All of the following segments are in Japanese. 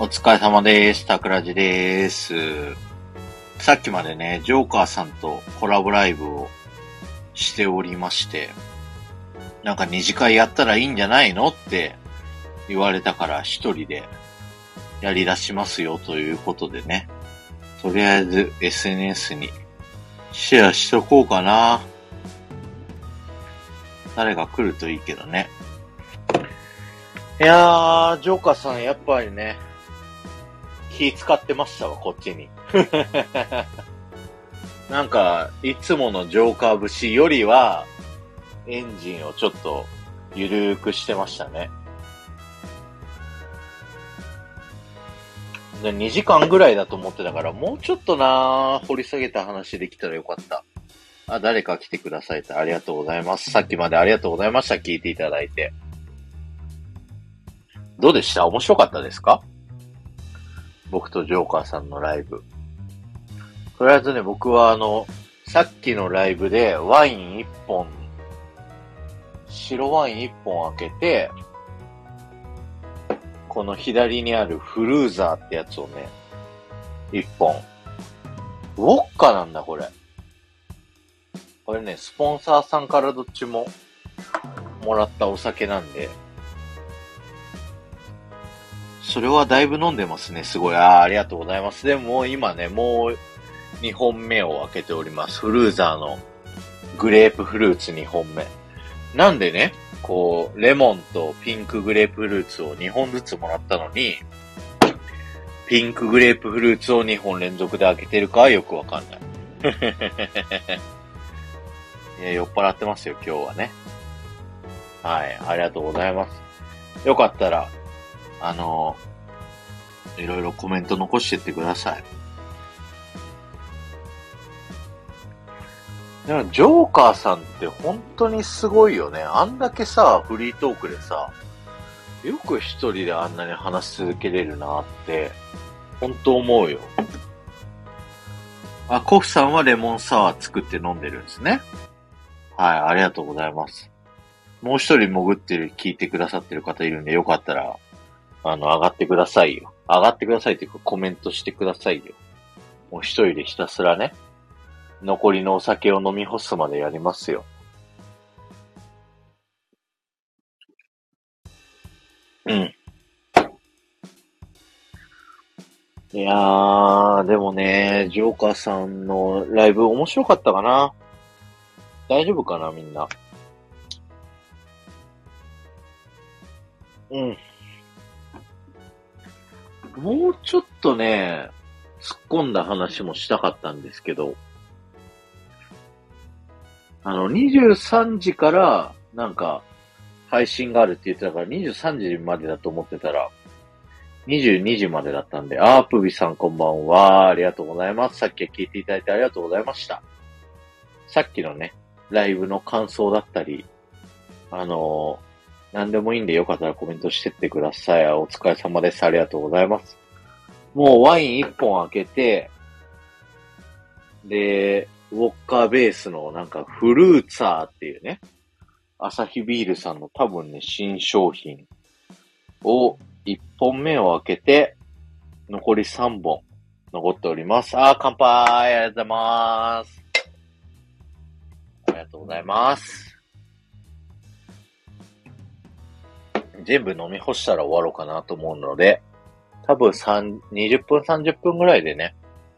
疲れ様です。タクラジです。さっきまでね、ジョーカーさんとコラボライブをしておりまして、なんか二次会やったらいいんじゃないのって言われたから一人でやり出しますよということでね、とりあえず SNS にシェアしとこうかな。誰が来るといいけどね。いやー、ジョーカーさんやっぱりね、気使ってましたわ、こっちに。なんか、いつものジョーカー節よりは、エンジンをちょっと、ゆるーくしてましたね。で、2時間ぐらいだと思ってたから、もうちょっと掘り下げた話できたらよかった。あ、誰か来てくださいってありがとうございます。さっきまでありがとうございました。聞いていただいて。どうでした？面白かったですか？僕とジョーカーさんのライブ。とりあえずね、僕はさっきのライブでワイン1本、白ワイン1本開けて、この左にあるフルーザーってやつをね、1本。ウォッカなんだ、これ。これね、スポンサーさんからどっちももらったお酒なんで、それはだいぶ飲んでますね、すごい。ありがとうございます。でも今ね、もう2本目を開けております。フルーザーのグレープフルーツ2本目。なんでね、こう、レモンとピンクグレープフルーツを2本ずつもらったのに、ピンクグレープフルーツを2本連続で開けてるかはよくわかんない。いや、酔っ払ってますよ、今日はね。はい、ありがとうございます。よかったら、いろいろコメント残してってください。でも、ジョーカーさんって本当にすごいよね。あんだけさ、フリートークでさ、よく一人であんなに話し続けれるなって、本当思うよ。あ、コフさんはレモンサワー作って飲んでるんですね。はい、ありがとうございます。もう一人潜ってる、聞いてくださってる方いるんで、よかったら、上がってくださいよ。上がってくださいっていうかコメントしてくださいよ。もう一人でひたすらね、残りのお酒を飲み干すまでやりますよ。うん。いやー、でもね、ジョーカーさんのライブ面白かったかな？大丈夫かな、みんな。うん。もうちょっとね、突っ込んだ話もしたかったんですけど、23時から、なんか、配信があるって言ってたから、23時までだと思ってたら、22時までだったんで、アープビさんこんばんは。ありがとうございます。さっきは聞いていただいてありがとうございました。さっきのね、ライブの感想だったり、なんでもいいんでよかったらコメントしてってください。お疲れ様です。ありがとうございます。もうワイン1本開けて、で、ウォッカーベースのなんかフルーツァーっていうね、アサヒビールさんの多分ね、新商品を1本目を開けて、残り3本残っております。乾杯！ありがとうございます。ありがとうございます。全部飲み干したら終わろうかなと思うので、多分20分、30分ぐらいでね、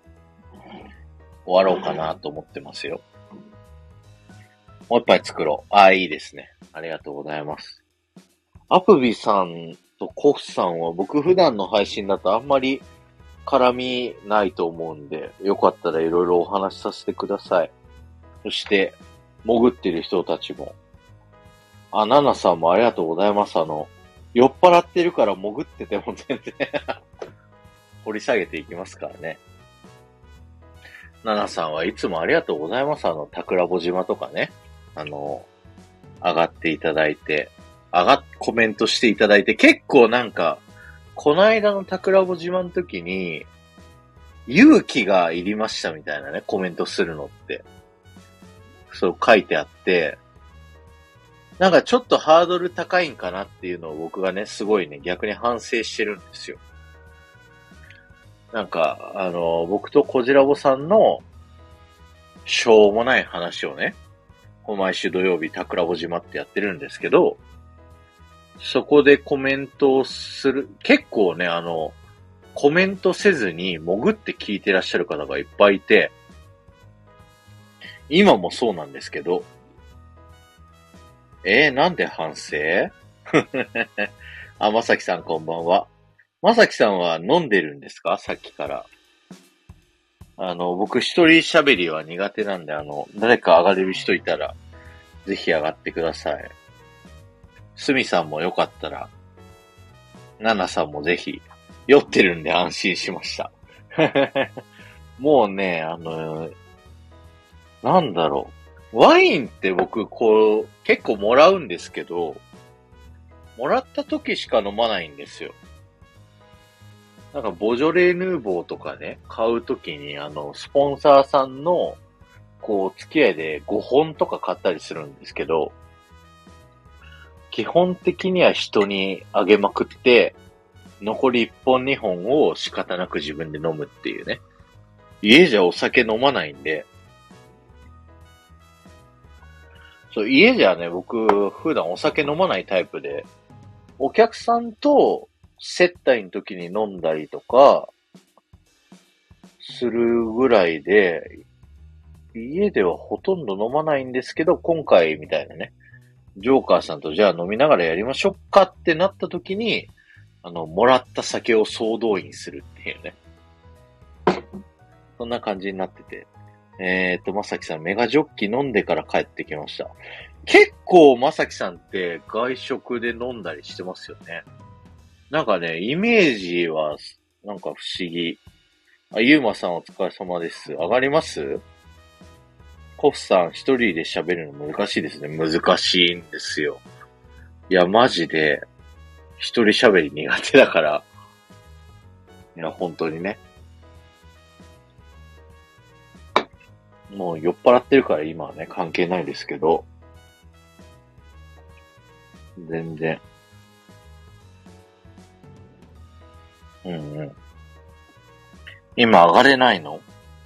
終わろうかなと思ってますよ。もう一杯作ろう。いいですね。ありがとうございます。アプビさんとコフさんは僕普段の配信だとあんまり絡みないと思うんで、よかったらいろいろお話しさせてください。そして、潜ってる人たちも。ナナさんもありがとうございます。酔っ払ってるから潜ってても全然掘り下げていきますからね。ナナさんはいつもありがとうございます。桜穂島とかね。上がっていただいて、コメントしていただいて、結構なんか、この間の桜穂島の時に、勇気がいりましたみたいなね、コメントするのって。そう書いてあって、なんかちょっとハードル高いんかなっていうのを僕がね、すごいね、逆に反省してるんですよ。 なんか、僕とコジラボさんのしょうもない話をね、毎週土曜日、タクラボ島ってやってるんですけど、そこでコメントをする、結構ね、コメントせずに潜って聞いてらっしゃる方がいっぱいいて、今もそうなんですけど、なんで反省あ、まさきさんこんばんは。まさきさんは飲んでるんですか？さっきから。僕一人喋りは苦手なんで、誰か上がれる人いたら、ぜひ上がってください。すみさんもよかったら、ななさんもぜひ、酔ってるんで安心しました。もうね、なんだろう。ワインって僕、結構もらうんですけど、もらった時しか飲まないんですよ。なんか、ボジョレ・ヌーボーとかね、買う時に、スポンサーさんの、付き合いで5本とか買ったりするんですけど、基本的には人にあげまくって、残り1本2本を仕方なく自分で飲むっていうね。家じゃお酒飲まないんで、そう、家じゃね、僕、普段お酒飲まないタイプで、お客さんと接待の時に飲んだりとか、するぐらいで、家ではほとんど飲まないんですけど、今回みたいなね、ジョーカーさんとじゃあ飲みながらやりましょうかってなった時に、もらった酒を総動員するっていうね。そんな感じになってて。まさきさん、メガジョッキ飲んでから帰ってきました。結構、まさきさんって外食で飲んだりしてますよね。なんかね、イメージは、なんか不思議。あ、ゆうまさんお疲れ様です。上がります？コフさん一人で喋るの難しいですね。難しいんですよ。いや、マジで、一人喋り苦手だから。いや、本当にね。もう酔っ払ってるから今はね、関係ないですけど。全然。うんうん。今上がれないの？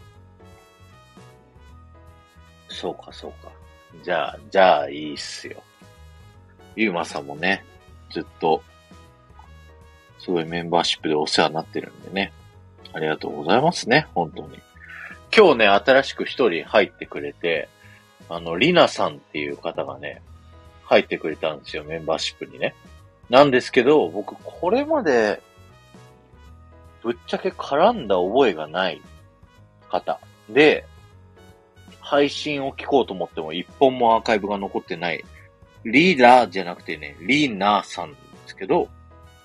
そうか、そうか。じゃあいいっすよ。ゆうまさんもね、ずっと、すごいメンバーシップでお世話になってるんでね。ありがとうございますね、本当に。今日ね、新しく一人入ってくれて、リナさんっていう方がね、入ってくれたんですよ、メンバーシップにね。なんですけど、僕、これまで、ぶっちゃけ絡んだ覚えがない方で、配信を聞こうと思っても一本もアーカイブが残ってない、リーダーじゃなくてね、リーナーさんですけど、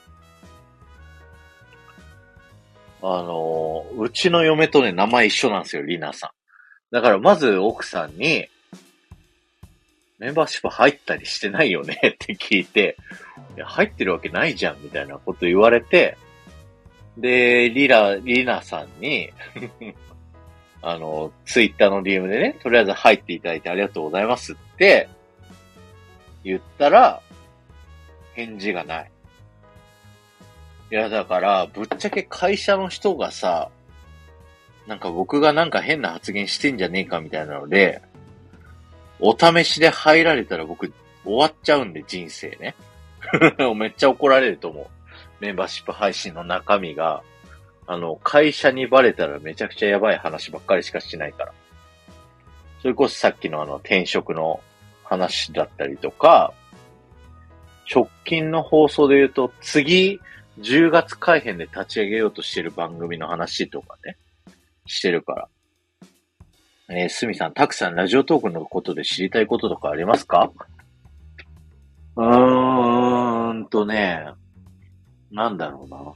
うちの嫁とね、名前一緒なんですよ、リーナーさん。だからまず奥さんに、メンバーシップ入ったりしてないよねって聞いて、いや、入ってるわけないじゃんみたいなこと言われて、で、リナさんにツイッターの DM でね、とりあえず入っていただいてありがとうございますって言ったら、返事がない。いや、だから、ぶっちゃけ会社の人がさ、なんか僕がなんか変な発言してんじゃねえかみたいなので、お試しで入られたら僕終わっちゃうんで、人生ね。めっちゃ怒られると思う。メンバーシップ配信の中身が、会社にバレたらめちゃくちゃやばい話ばっかりしかしないから。それこそさっきの転職の話だったりとか、直近の放送で言うと、次、10月改編で立ち上げようとしてる番組の話とかね、してるから。すみさん、たくさんラジオトークのことで知りたいこととかありますか？ね、なんだろうな。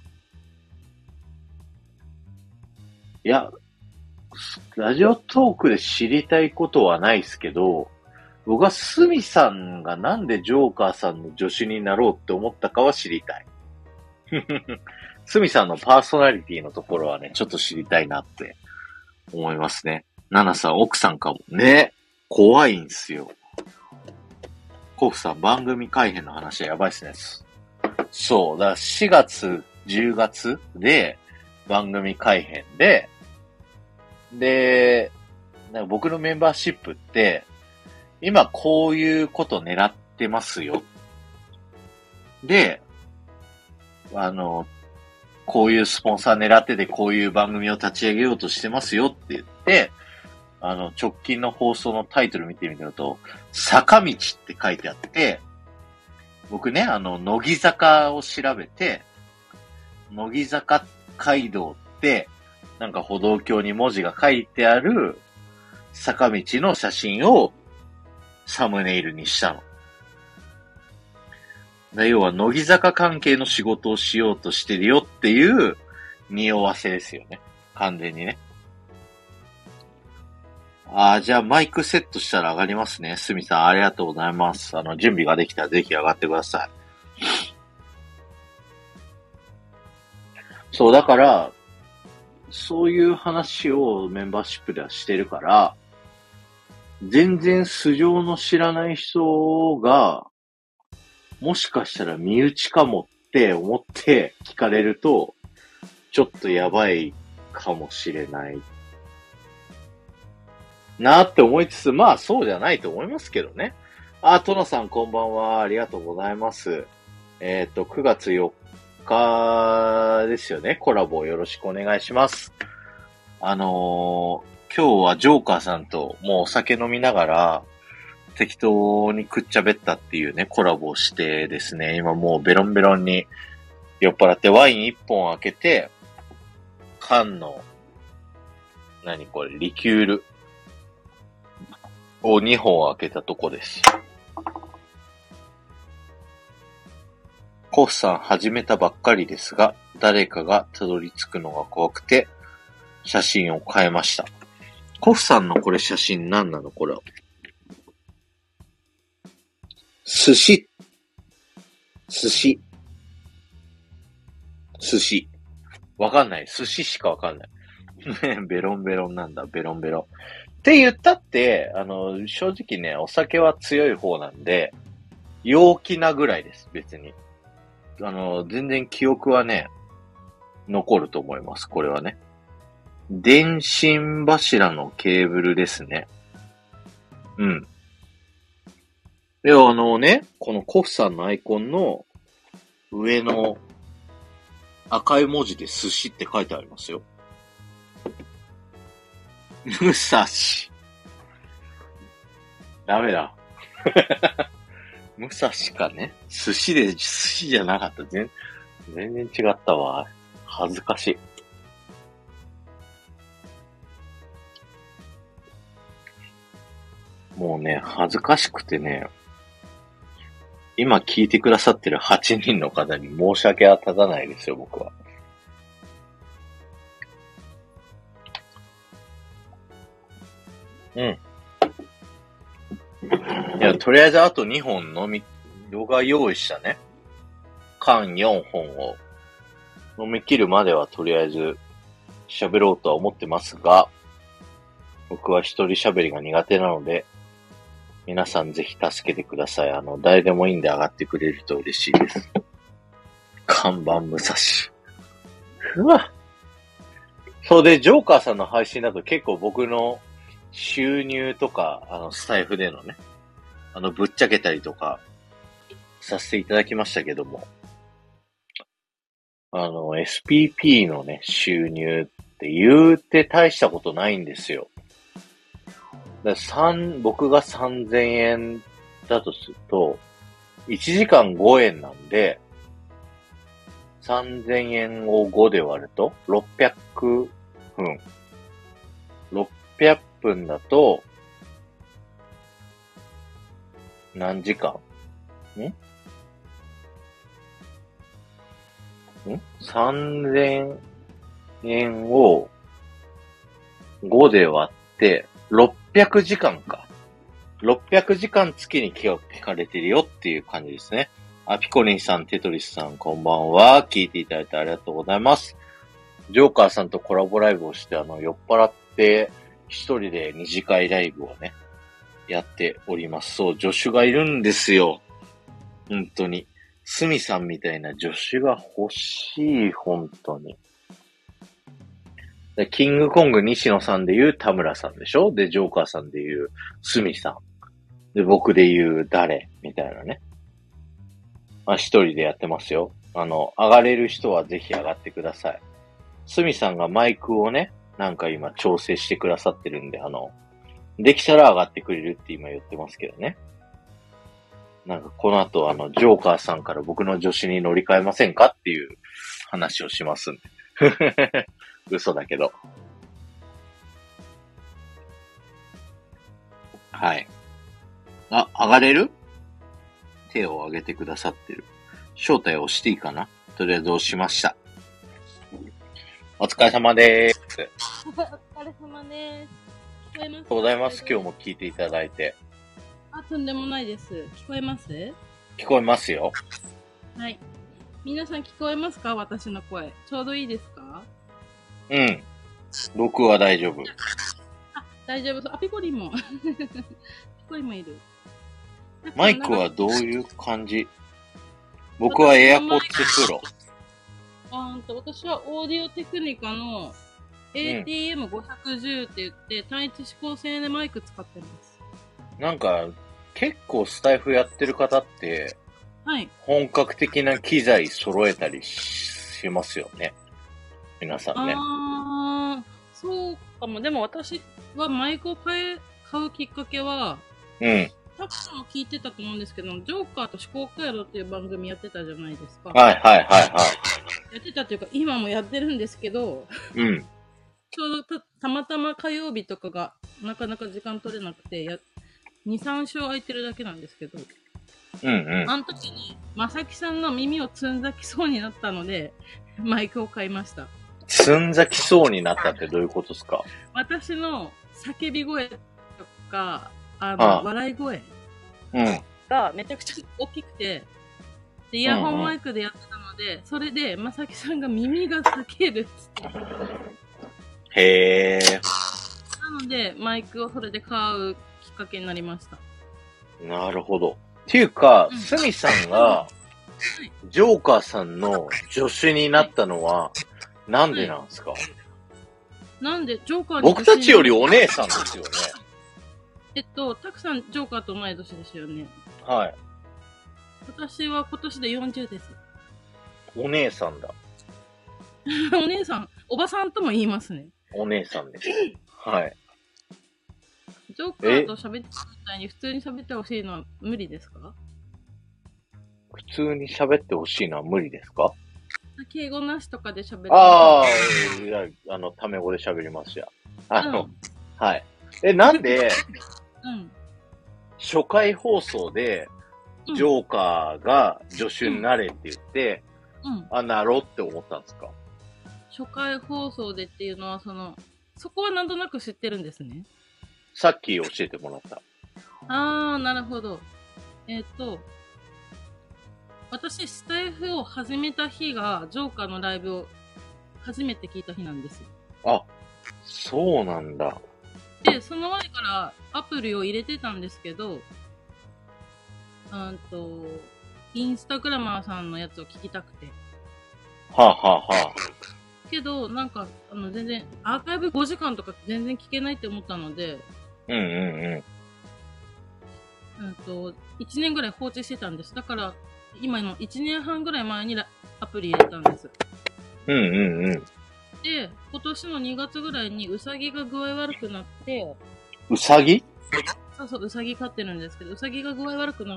いや、ラジオトークで知りたいことはないですけど、僕はスミさんがなんでジョーカーさんの助手になろうって思ったかは知りたい。スミさんのパーソナリティのところはね、ちょっと知りたいなって思いますね。ナナさん、奥さんかも。ね。怖いんすよ。コフさん、番組改編の話はやばいっすね。そう。だから4月、10月で、 番組改編で、で、なんか僕のメンバーシップって、今こういうこと狙ってますよ。で、こういうスポンサー狙っててこういう番組を立ち上げようとしてますよって言って、直近の放送のタイトル見てみると、坂道って書いてあって、僕ね、乃木坂を調べて、乃木坂街道って、なんか歩道橋に文字が書いてある坂道の写真をサムネイルにしたの。要は、乃木坂関係の仕事をしようとしてるよっていう匂わせですよね。完全にね。じゃあマイクセットしたら上がりますね。すみさん、ありがとうございます。準備ができたらぜひ上がってください。そう、だから、そういう話をメンバーシップではしてるから、全然素性の知らない人が、もしかしたら身内かもって思って聞かれると、ちょっとやばいかもしれない。なーって思いつつ、まあそうじゃないと思いますけどね。トノさんこんばんは。ありがとうございます。9月4日ですよね。コラボよろしくお願いします。今日はジョーカーさんともうお酒飲みながら適当にくっちゃべったっていうね、コラボをしてですね、今もうベロンベロンに酔っ払ってワイン1本開けて、缶の、何これ、リキュールを2本開けたとこです。コフさん始めたばっかりですが、誰かがたどり着くのが怖くて、写真を変えました。コフさんのこれ写真何なのこれ。寿司。わかんない。寿司しかわかんない。ベロンベロンなんだ、ベロンベロン。って言ったって、正直ね、お酒は強い方なんで、陽気なぐらいです、別に。全然記憶はね、残ると思います、これはね。電信柱のケーブルですね。うん。で、このコフさんのアイコンの上の赤い文字で寿司って書いてありますよ。武蔵。ダメだ。武蔵かね。寿司じゃなかった。全然違ったわ。恥ずかしい。もうね、恥ずかしくてね、今聞いてくださってる8人の方に申し訳は立たないですよ、僕は。うん。いや、とりあえずあと2本動画用意したね。缶4本を飲み切るまではとりあえず喋ろうとは思ってますが、僕は一人喋りが苦手なので、皆さんぜひ助けてください。誰でもいいんで上がってくれると嬉しいです。看板武蔵。うわ。そうで、ジョーカーさんの配信だと結構僕の収入とか、スタイフでのね、ぶっちゃけたりとか、させていただきましたけども、SPP のね、収入って言うて大したことないんですよ。僕が3000円だとすると、1時間5円なんで、3000円を5で割ると、600分。600分だと、何時間ん ?3000 円を5で割って、600時間か。600時間月に聞かれてるよっていう感じですね。ピコリンさん、テトリスさん、こんばんは。聞いていただいてありがとうございます。ジョーカーさんとコラボライブをして、酔っ払って一人で二次会ライブをね、やっております。そう、助手がいるんですよ。本当に。スミさんみたいな助手が欲しい、本当に。 でキングコング西野さんで言う田村さんでしょ。で、ジョーカーさんで言うスミさん。で、僕で言う誰みたいなね。まあ、一人でやってますよ。上がれる人はぜひ上がってください。スミさんがマイクをね、なんか今調整してくださってるんで、できたら上がってくれるって今言ってますけどね。なんかこの後ジョーカーさんから僕の助手に乗り換えませんかっていう話をしますんで。嘘だけど。はい。あ、上がれる？手を挙げてくださってる。招待を押していいかな？とりあえず押しました。お疲れ様でーす。 お疲れ様です。聞こえますか？ ありがとうございます。今日も聞いていただいて。 とんでもないです。聞こえます？ 聞こえますよ。 はい。皆さん聞こえますか？私の声。ちょうどいいですか？ うん。僕は大丈夫。 大丈夫そう。ピコリンも。ピコリンもいる。 マイクはどういう感じ？僕は AirPods Pro。 私はオーディオテクニカの ATM510 って言って、単一指向性でマイク使ってます。 なんか、結構スタイフやってる方って、 はい。 本格的な機材揃えたりしますよね。皆さんね。 そうかも。でも私はマイクを買うきっかけは、 うん。 たくさんも聞いてたと思うんですけど、ジョーカーと思考回路っていう番組やってたじゃないですか。 はいはいはいはい。 やってたっていうか、今もやってるんですけど、 うん。 ちょうどたまたま火曜日とかがなかなか時間取れなくて、2、3週空いてるだけなんですけど、 うんうん。 あの時に、まさきさんの耳をつんざきそうになったので、マイクを買いました。 つんざきそうになったってどういうことですか？ 私の叫び声とか、笑い声がめちゃくちゃ大きくて、で、イヤホンマイクでやってたので、それで、まさきさんが耳が裂けるっつって。 へー。 なので、マイクをそれで買うきっかけになりました。 なるほど。っていうか、スミさんが、ジョーカーさんの助手になったのは、なんでなんですか？ なんで、ジョーカーに僕たちよりお姉さんですよね。 たくさんジョーカーと同い年ですよね。 はい。 私は今年で40です。 お姉さんだ。 お姉さん、おばさんとも言いますね。 お姉さんです。はい。 ジョーカーと喋ってたみたいに普通に喋ってほしいのは無理ですか？ 普通に喋ってほしいのは無理ですか？ 敬語なしとかで喋っていや、タメ語で喋りますよ。はい。なんで、初回放送で、ジョーカーが助手になれって言って、なろうって思ったんですか？ 初回放送でっていうのは、そこはなんとなく知ってるんですね。 さっき教えてもらった。 なるほど。私、スタイフを始めた日が、ジョーカーのライブを初めて聞いた日なんですよ。 あ、そうなんだ。 で、その前からアプリを入れてたんですけど、インスタグラマーさんのやつを聞きたくて。 はあ、はあはあ、 けど、なんか、全然、アーカイブ5時間とか全然聞けないって思ったので、1年ぐらい放置してたんです。だから、今の1年半ぐらい前にアプリ入れたんです。で、今年の2月ぐらいにウサギが具合悪くなって、 ウサギ？ そう、ウサギ飼ってるんですけど、ウサギが具合悪くなって、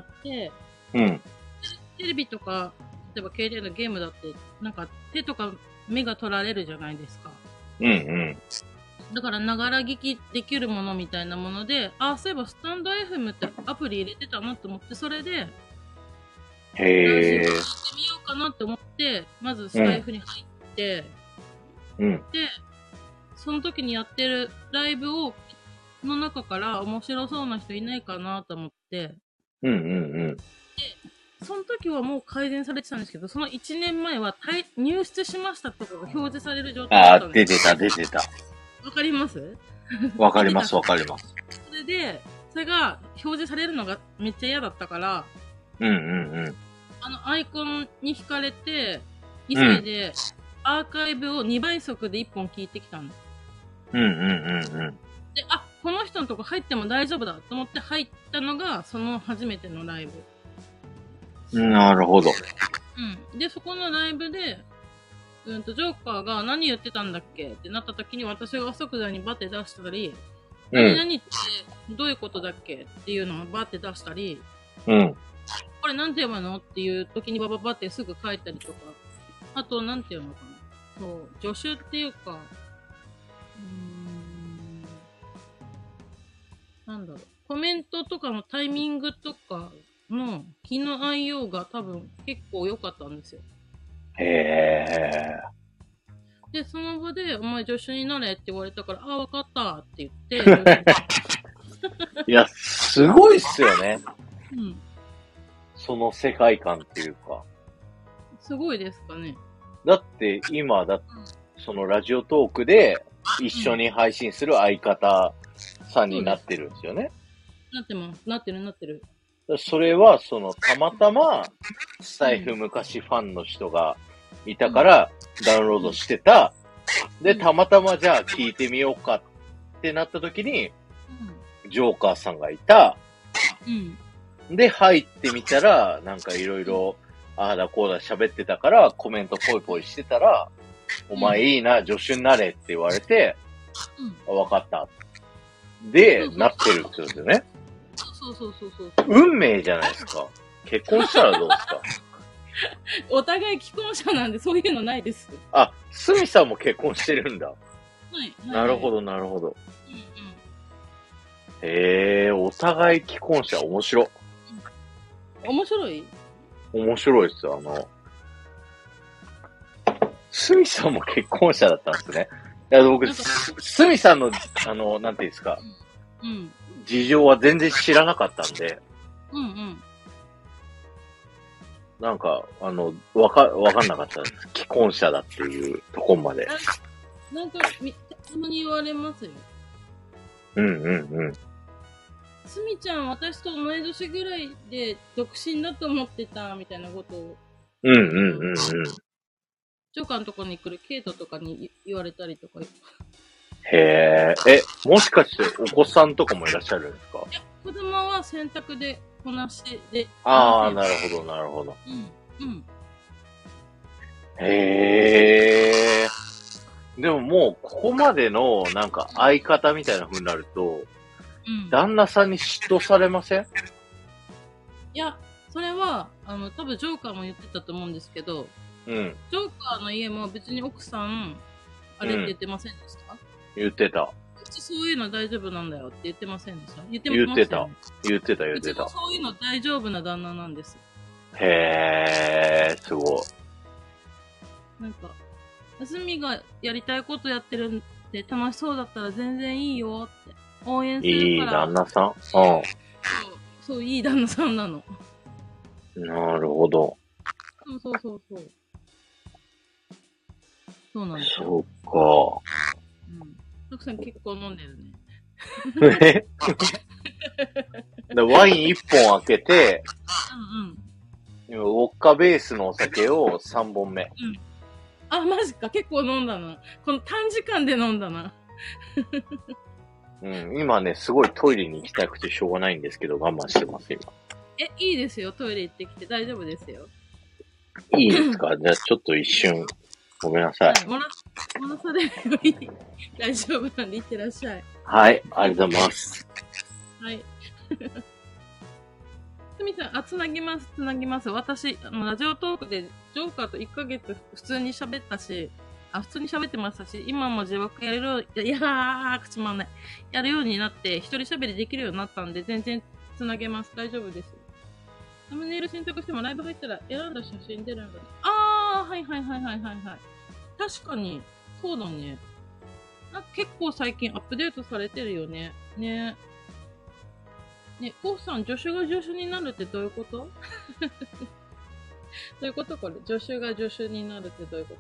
テレビとか、例えば携帯のゲームだって、なんか手とか目が取られるじゃないですか。だから、ながら聞きできるものみたいなもので、そういえばスタンド FM ってアプリ入れてたなと思って、それで、 へー。 やってみようかなって思って、まずスタイフに入って、で、その時にやってるライブの中から面白そうな人いないかなと思って、で、その時はもう改善されてたんですけど、その1年前は入室しましたとかが表示される状態だったんです。 出てた。 わかります？ わかります。それで、それが表示されるのがめっちゃ嫌だったから、アイコンに惹かれて、急いでアーカイブを2倍速で1本聞いてきたんです。 うんうんうんうん。 で、あ、この人のとこ入っても大丈夫だと思って入ったのが、その初めてのライブ。 なるほど。 うん。で、そこのライブで、ジョーカーが何言ってたんだっけってなった時に私が即座にバッて出したり、何々ってどういうことだっけっていうのをバッて出したり、 うん。 これなんて読むのっていう時にバババってすぐ書いたりとか、あとなんて読むのかな。そう、助手っていうか、なんだろう。コメントとかのタイミングとかの気の合いようが多分結構良かったんですよ。 へえ。 で、その場で、お前助手になれって言われたから、あ、わかったって言って、 いや、すごいっすよね。 うん。 その世界観っていうか。 すごいですかね。 だって今そのラジオトークで一緒に配信する相方さんになってるんですよね。 なってます。なってるなってる。 それは、たまたま、スタイフ昔ファンの人がいたから、ダウンロードしてた。で、たまたまじゃあ聞いてみようかってなった時に、ジョーカーさんがいた。で、入ってみたら、なんかいろいろ、ああだこうだ喋ってたから、コメントポイポイしてたら、お前いいな、助手になれって言われて、わかった。で、なってるってことですよね。 そう。 運命じゃないですか。結婚したらどうですか？ お互い既婚者なんでそういうのないです。 あ、スミさんも結婚してるんだ。 はい。 なるほど、なるほど。 うんへえ、お互い既婚者、面白。 面白い？ 面白いっす。スミさんも結婚者だったんですね。いや、僕、スミさんの、なんていうんですか。事情は全然知らなかったんで。なんか、わかんなかったです。既婚者だっていうとこまで。 なんか、たまに言われますよ。スミちゃん、私と同い年ぐらいで独身だと思ってた、みたいなことを。ジョーカーのとこに来るケイトとかに言われたりとか。 へえ、もしかしてお子さんとかもいらっしゃるんですか？ いや、子供は選択でこなしで。 ああ、なるほど、なるほど。へえ。でももう、ここまでの、なんか、相方みたいな風になると、旦那さんに嫉妬されません？ いや、それは、多分ジョーカーも言ってたと思うんですけど、ジョーカーの家も別に奥さん、あれって言ってませんでした？ 言ってた。 うちそういうの大丈夫なんだよって言ってませんでした？言ってた。 言ってた。 うちもそういうの大丈夫な旦那なんです。 へー、すごい。 なんか、休みがやりたいことやってるんで楽しそうだったら全然いいよって応援するから。 いい旦那さん？ そう、いい旦那さんなの。 なるほど。 そう。そうなんですよ。そうか。 たくさん結構飲んでるね。 ワイン1本開けて、今、ウォッカベースのお酒を3本目。 あ、マジか。結構飲んだな。この短時間で飲んだな。 今ね、すごいトイレに行きたくてしょうがないんですけど、我慢してます、今。 いいですよ。トイレ行ってきて大丈夫ですよ。 いいですか？じゃあちょっと一瞬、ごめんなさい。 漏らされればいい。大丈夫なんで行ってらっしゃい。 はい、ありがとうございます。 はい。すみさん、つなぎます。私、ラジオトークでジョーカーと1ヶ月普通に喋ったし、普通に喋ってましたし、今も自爆やれる、口まんない。やるようになって、一人喋りできるようになったんで、全然つなげます。大丈夫です。サムネイル選択してもライブ入ったら選んだ写真出るんだ。はい。確かに、そうだね。結構最近アップデートされてるよね。ね、コウさん、助手が助手になるってどういうこと？どういうことこれ。助手が助手になるってどういうこと？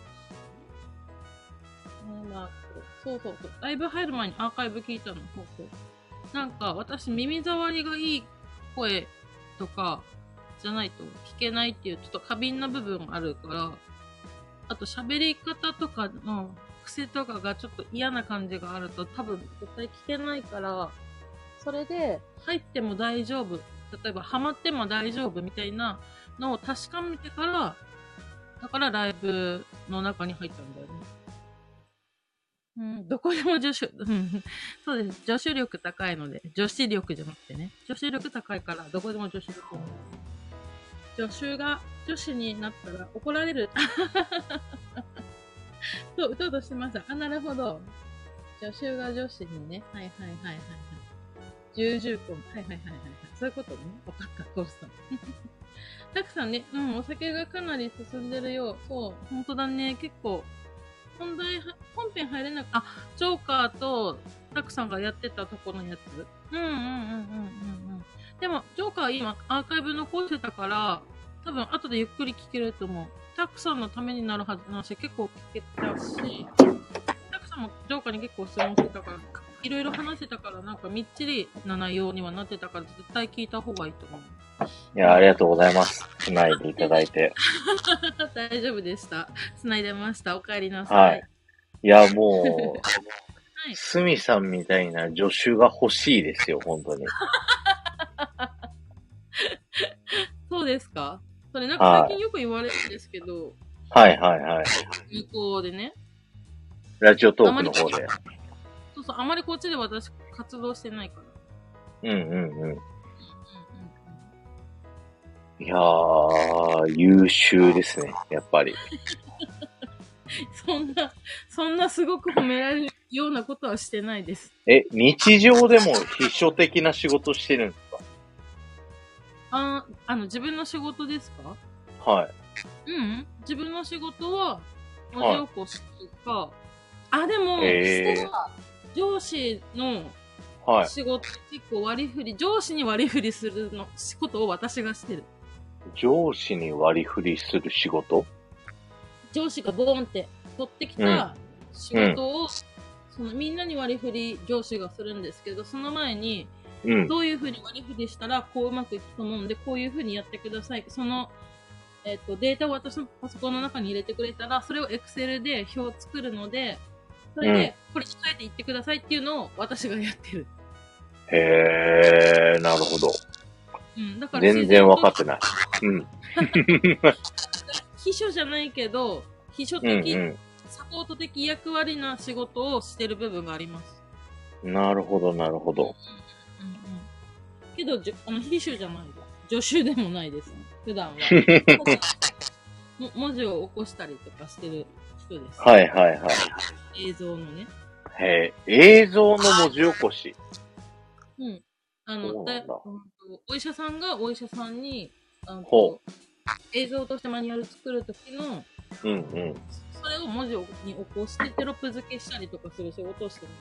そう。ライブ入る前にアーカイブ聞いたの。そう。なんか、私、耳障りがいい声とか、じゃないと聞けないっていう、ちょっと過敏な部分があるから、あと喋り方とかの癖とかがちょっと嫌な感じがあると多分絶対聞けないから、それで入っても大丈夫。例えばハマっても大丈夫みたいなのを確かめてから、だからライブの中に入ったんだよね。うん、どこでもそうです。女子力高いので、女子力じゃなくてね。女子力高いから、どこでも女子力。助手が女子になったら怒られる。そう、打とうとしてました。あ、なるほど。助手が女子にね。はいはいはいはいはい。重々婚。はいはいはいはい。そういうことね。わかった、トースさん。たくさんね、お酒がかなり進んでるよ。そう、ほんとだね。結構、本編入れなく、ジョーカーとたくさんがやってたとこのやつ。でも、ジョーカー今アーカイブ残してたから、多分後でゆっくり聞けると思う。たくさんのためになるはずなし、結構聞けたし、たくさんもジョーカーに結構質問してたから、いろいろ話してたから、なんかみっちりな内容にはなってたから、絶対聞いた方がいいと思う。 いや、ありがとうございます。繋いでいただいて。 大丈夫でした。繋いでました。お帰りなさい。はい。 いや、もう、すみさんみたいな助手が欲しいですよ、本当に。 そうですか？それなんか最近よく言われるんですけど。 はいはいはい。 向こうでね。 ラジオトークの方で。 そうそう、あまりこっちで私活動してないから。 いやー、優秀ですね、やっぱり。 そんなすごく褒められるようなことはしてないです。 日常でも秘書的な仕事してるんですか？自分の仕事ですか？ はい。 自分の仕事は、文字起こしとか、でも、しては、上司の仕事、結構割り振り、上司に割り振りするの、仕事を私がしてる。 上司に割り振りする仕事？ 上司がボーンって取ってきた仕事を、そのみんなに割り振り上司がするんですけど、その前に、どういう風に割り振りしたらこううまくいくと思うんで、こういう風にやってください。その、データを私のパソコンの中に入れてくれたら、それを Excel で表を作るので、それで、これ伝えていってくださいっていうのを私がやってる。 へー、なるほど。だから全然わかってない。 秘書じゃないけど、秘書的、サポート的役割な仕事をしてる部分があります。 なるほど、なるほど。 けど、秘書じゃないです。助手でもないです、ね。普段は。文字を起こしたりとかしてる人です。 はいはいはい。 映像のね。 映像の文字起こし。 お医者さんがお医者さんに、映像としてマニュアル作るときの、それを文字に起こしてテロップ付けしたりとかする仕事をしてます。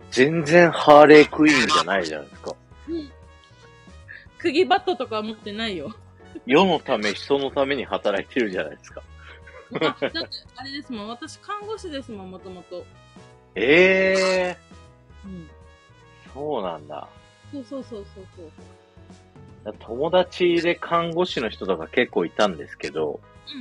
全然ハーレークイーンじゃないじゃないですか。 釘バットとか持ってないよ。 世のため、人のために働いてるじゃないですか。 だって、あれですもん。私、看護師ですもん、もともと。 そうなんだ。 そう。 友達で看護師の人とか結構いたんですけど、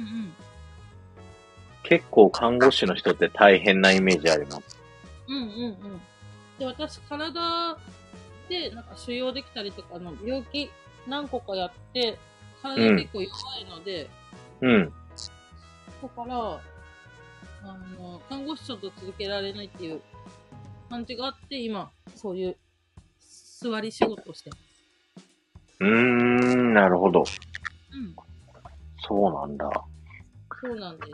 結構看護師の人って大変なイメージあります。 で、私、体で、なんか腫瘍できたりとかの病気何個かやって、体結構弱いので、だから、看護師ちょっと続けられないっていう感じがあって、今、そういう座り仕事をしてます。 なるほど。そうなんだ。 そうなんです。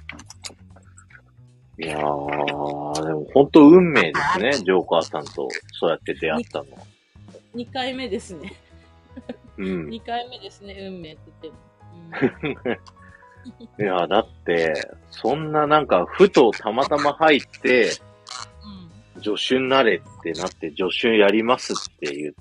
いやー、でも本当運命ですね、ジョーカーさんとそうやって出会ったの。 2回目ですね。2回目ですね、運命って言っても。 いや、だって、そんななんか、ふとたまたま入って、助手になれってなって、助手やりますって言って、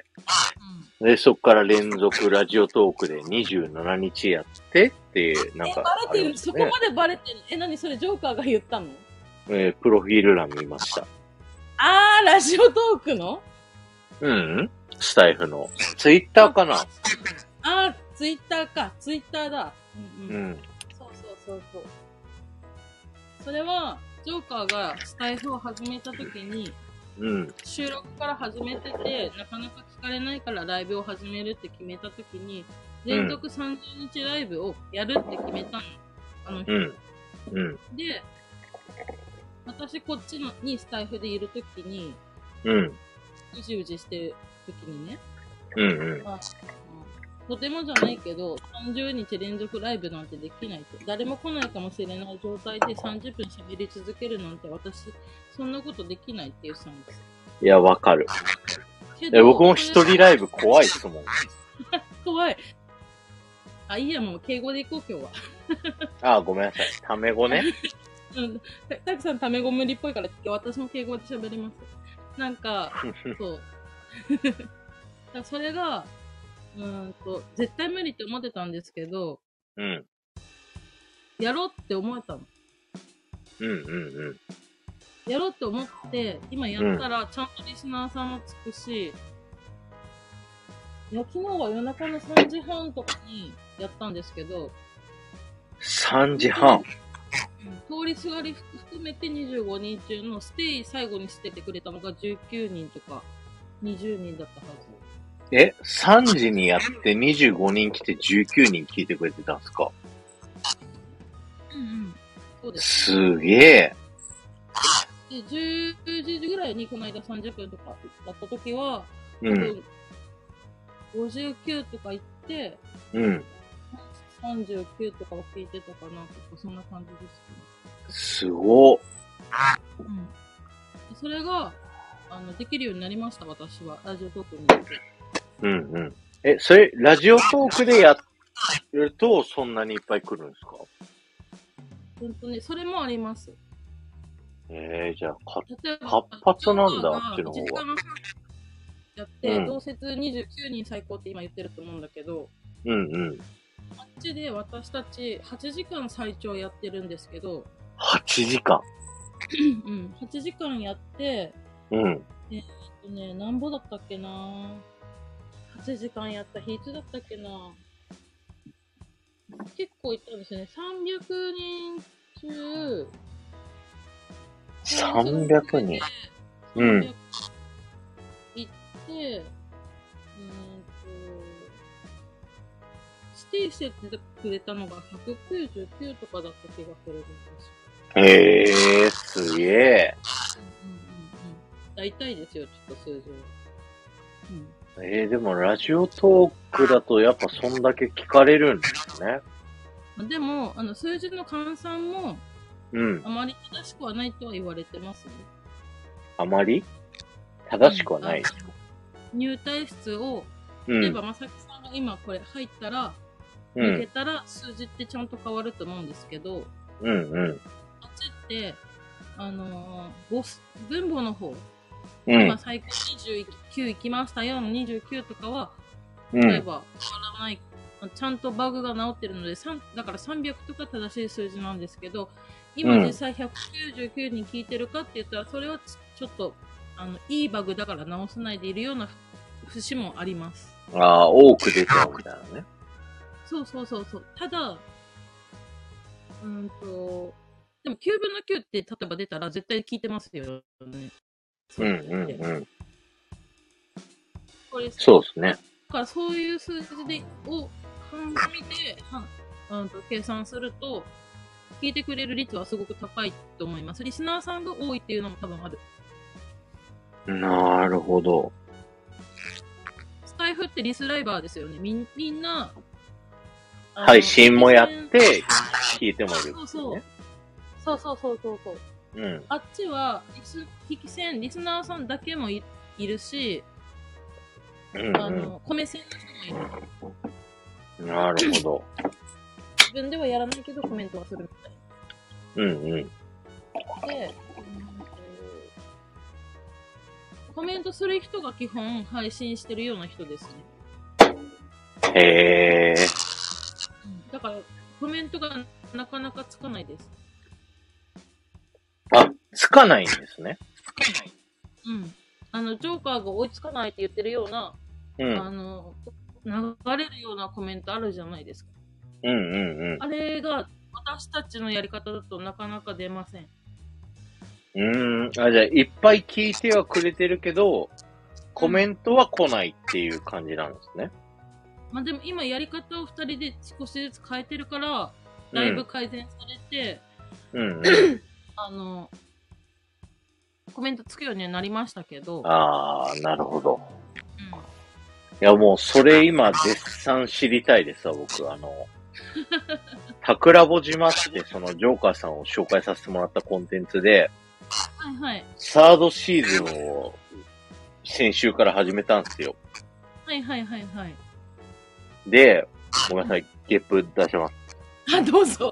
で、そっから連続ラジオトークで27日やってっていう、なんか、 バレてる、そこまでバレてる。何それジョーカーが言ったの？ プロフィール欄見ました。 ラジオトークの？ スタイフの。ツイッターかな？ ツイッターか。ツイッターだ。そう。それは、 ジョーカーがスタイフを始めた時に、収録から始めてて、なかなか聞かれないからライブを始めるって決めた時に、連続30日ライブをやるって決めたの。あの人。で、私こっちにスタイフでいる時に、うじうじしてる時にね、とてもじゃないけど、30日連続ライブなんてできないって。誰も来ないかもしれない状態で30分喋り続けるなんて私、そんなことできないって言ってたんです。 いや、わかる。僕も一人ライブ怖いっすもん。 怖い。あ、いいや、もう敬語で行こう、今日は。あ、ごめんなさい。タメ語ね。 たくさんタメ語無理っぽいから、私も敬語で喋ります。なんか、そう。それが、絶対無理って思ってたんですけど、やろうって思えたの。やろうって思って、今やったら、ちゃんとリスナーさんもつくし、いや、昨日は夜中の3時半とかにやったんですけど、 3時半通りすがり含めて25人中のステイ最後にしててくれたのが19人とか20人だったはず。3時にやって25人来て19人聞いてくれてたんですか？ そうです。 すげえ。 で、10時ぐらいにこの間30分とかだった時は、59とか行って、39とかを聞いてたかなとか、そんな感じですね。すごっ。 それが、できるようになりました、私は。ラジオトークに。それ、ラジオトークでやると、そんなにいっぱい来るんですか？ それもあります。 じゃあ、活発なんだ、あっちの方が。 やって、同説29人最高って今言ってると思うんだけど、あっちで私たち8時間最長やってるんですけど、 8時間 8時間やって、なんぼだったっけな8時間やった日いつだったっけな結構いったんですよね。300人中、 300人行って、指定してくれたのが199とかだった気がするんですよ。すげえ。 大体ですよ、ちょっと数字は。でもラジオトークだとやっぱそんだけ聞かれるんですね。 でも、数字の換算も、あまり正しくはないとは言われてますね。 あまり正しくはない。 入退室を、例えばまさきさんが今これ入ったら、抜けたら数字ってちゃんと変わると思うんですけど、あっちって、分母の方、今最高29行きましたよの29とかは、例えば変わらない、ちゃんとバグが治ってるので、だから300とか正しい数字なんですけど、今実際199人聞いてるかって言ったら、それはちょっと、いいバグだから直せないでいるような節もあります。 多く出ちゃうみたいなね。 そう。ただ、でも9分の9って例えば出たら絶対聞いてますよね。 そうですね。 だからそういう数字を見て、計算すると、聞いてくれる率はすごく高いと思います。リスナーさんが多いっていうのも多分ある。 なるほど。 スタイフってリスライバーですよね。みんな、 配信もやって、聞いてもいる、ね。 そう。あっちはリスナーさんだけもいるし、コメ線の人もいる。なるほど。 自分ではやらないけどコメントはするみたい。で、コメントする人が基本配信してるような人ですね。 へー。 だからコメントがなかなかつかないです。 つかないんですね。 ジョーカーが追いつかないって言ってるような、流れるようなコメントあるじゃないですか。あれが私たちのやり方だとなかなか出ません。 じゃあ、いっぱい聞いてはくれてるけど、コメントは来ないっていう感じなんですね。 まあでも今やり方を2人で少しずつ変えてるから、だいぶ改善されて、コメントつくようにはなりましたけど。 ああ、なるほど。いや、もう、それ今、絶賛知りたいですわ、僕。桜穂島って、その、ジョーカーさんを紹介させてもらったコンテンツで、 はいはい。 サードシーズンを、先週から始めたんですよ。 はいはいはいはい。 で、ごめんなさい、ゲップ出します。 あ、どうぞ。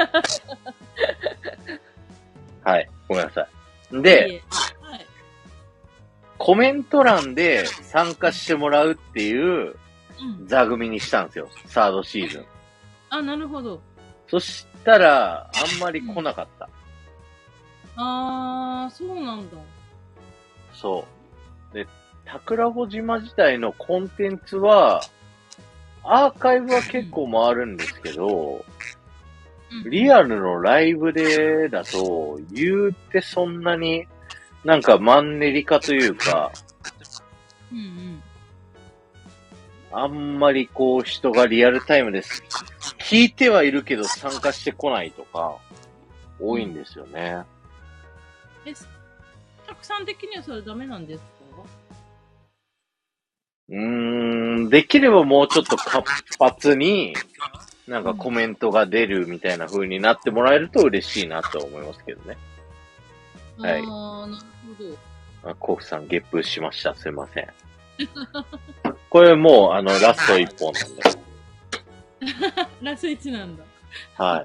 はい、ごめんなさい。で、 はい、 コメント欄で参加してもらうっていう座組にしたんですよ、サードシーズン。 あ、なるほど。 そしたら、あんまり来なかった。 あー、そうなんだ。 そう。で、桜穂島自体のコンテンツは、アーカイブは結構回るんですけど、リアルのライブでだと、言うてそんなになんかマンネリ化というか、あんまりこう人がリアルタイムです。聞いてはいるけど参加してこないとか、多いんですよね。 たくさん的にはそれダメなんですか？ できればもうちょっと活発に、なんかコメントが出るみたいな風になってもらえると嬉しいなと思いますけどね。はい。 ああ、なるほど。 コフさんゲップしました。すいません。これもう、ラスト1本なんで。 ラス1なんだ。 はい。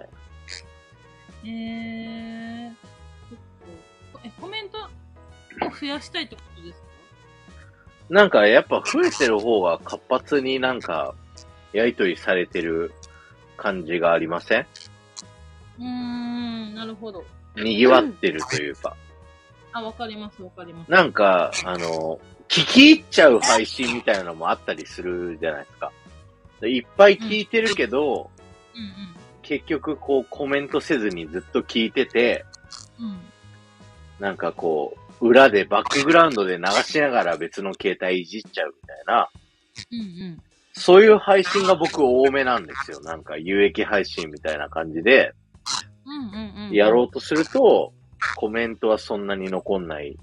コメントを増やしたいってことですか？ なんかやっぱ増えてる方が活発になんか、やりとりされてる感じがありません？ なるほど。 賑わってるというか。 あ、わかりますわかります。 なんか、聞き入っちゃう配信みたいなのもあったりするじゃないですか。いっぱい聞いてるけど、結局こうコメントせずにずっと聞いてて、なんかこう、裏でバックグラウンドで流しながら別の携帯いじっちゃうみたいな、そういう配信が僕多めなんですよ。なんか有益配信みたいな感じで、やろうとすると、コメントはそんなに残んない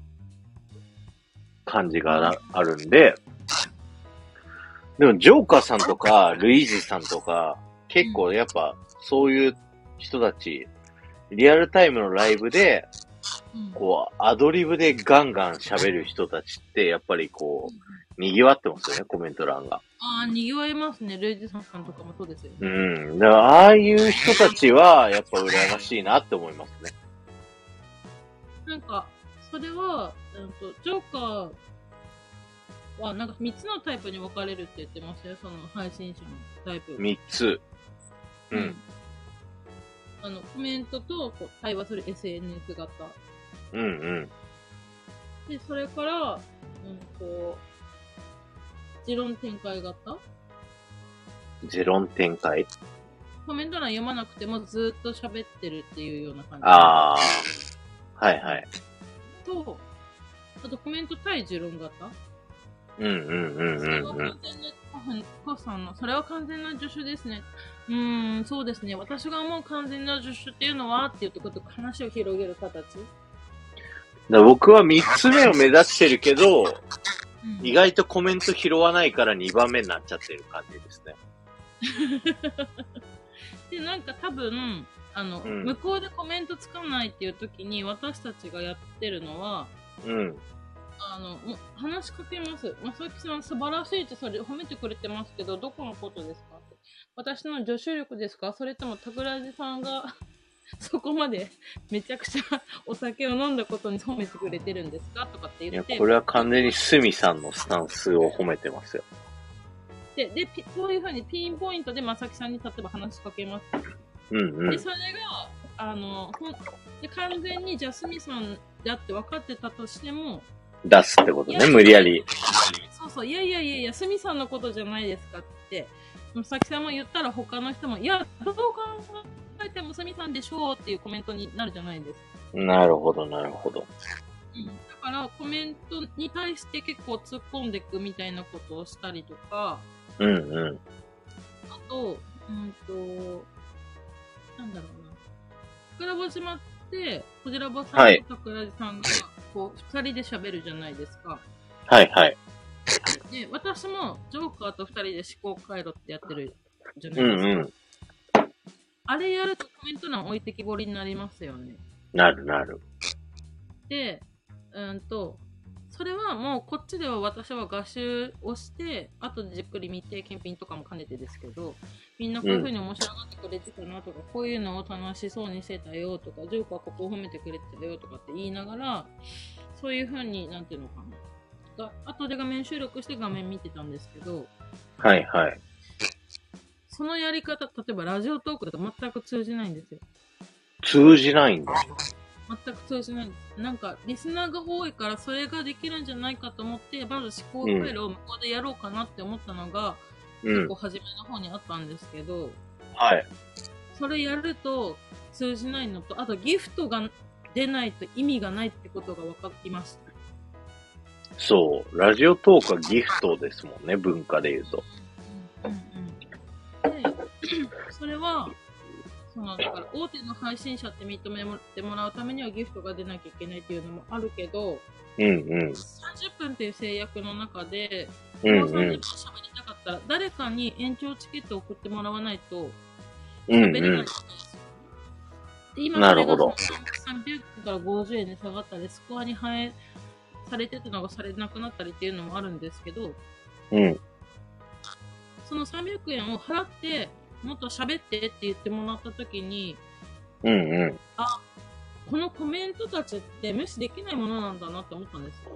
感じがあるんで、でもジョーカーさんとか、ルイージさんとか、結構やっぱそういう人たち、リアルタイムのライブで、こう、アドリブでガンガン喋る人たちって、やっぱりこう、賑わってますよね、コメント欄が。 ああ、賑わいますね。ルイージさんとかもそうですよね。 だからああいう人たちは、やっぱ羨ましいなって思いますね。 なんか、それは、ジョーカーは、なんか3つのタイプに分かれるって言ってましたよ、その配信者のタイプ。 3つ。 コメントとこう対話する SNS 型。で、それから、持論展開型。 持論展開。 コメント欄読まなくてもずっと喋ってるっていうような感じ。 ああ。はいはい。 と、あとコメント対持論型。コフさんの、それは完全な助手ですね。そうですね。私が思う完全な助手っていうのはっていうとこと話を広げる形。 僕は3つ目を目指してるけど、意外とコメント拾わないから2番目になっちゃってる感じですね。 で、なんか多分、向こうでコメントつかないっていう時に私たちがやってるのは、もう話しかけます。まさきさん素晴らしいってそれ褒めてくれてますけど、どこのことですか？私の助手力ですか？それともタクラジさんがそこまでめちゃくちゃお酒を飲んだことに褒めてくれてるんですか？とかって言って。 いや、これは完全にスミさんのスタンスを褒めてますよ。 で、こういう風にピンポイントでまさきさんに例えば話しかけます。で、それが、完全にジャスミさんだって分かってたとしても、 出すってことね、無理やり。 そうそう、いや、スミさんのことじゃないですかって、まさきさんも言ったら他の人も、いや、どう考書いてもすみさんでしょうっていうコメントになるじゃないですか。 なるほど、なるほど。 うん、だからコメントに対して結構突っ込んでいくみたいなことをしたりとか、 うんうん。 あと、なんだろうな。桜庭島って、こじらぼさんと桜地さんが、こう、二人で喋るじゃないですか。 はいはい。 で、私もジョーカーと二人で思考回路ってやってるじゃないですか。 うんうん。 あれやるとコメント欄置いてきぼりになりますよね。 なるなる。 で、それはもうこっちでは私は画集をして、後でじっくり見て、検品とかも兼ねてですけど、みんなこういう風に面白がってくれてたなとか、こういうのを楽しそうにしてたよとか、ジョーカーここを褒めてくれてたよとかって言いながら、そういう風に、なんていうのかな。後で画面収録して画面見てたんですけど、 はいはい。 そのやり方、例えばラジオトークだと全く通じないんですよ。 通じないんだ。 全く通じないんです。なんか、リスナーが多いからそれができるんじゃないかと思って、まず思考回路を向こうでやろうかなって思ったのが、結構初めの方にあったんですけど、 はい。 それやると通じないのと、あとギフトが出ないと意味がないってことが分かりました。 そう。ラジオトークはギフトですもんね、文化で言うと。 で、それは、だから大手の配信者って認めてもらうためにはギフトが出なきゃいけないっていうのもあるけど、 うんうん。 30分っていう制約の中で、 うんうん。 もう30分喋りたかったら、誰かに延長チケットを送ってもらわないと、喋れないんですよ。で、今それが300円から50円に下がったり、スコアに反映されてたのがされなくなったりっていうのもあるんですけど、その300円を払って、もっと喋ってって言ってもらったときに、あ、このコメントたちって無視できないものなんだなって思ったんです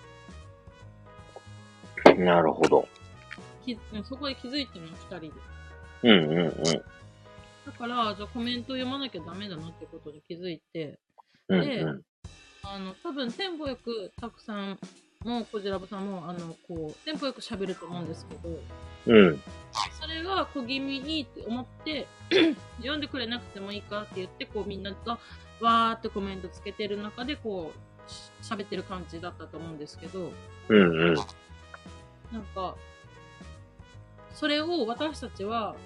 よ。 なるほど。 そこで気づいても2人で。だから、じゃあコメント読まなきゃダメだなってことに気づいて、で、多分テンポよくたくさんもこじらぼさんもテンポよく喋ると思うんですけど、それが小気味いいって思って読んでくれなくてもいいかって言ってこうみんながわーってコメントつけてる中でこう喋ってる感じだったと思うんですけど、なんかそれを私たちは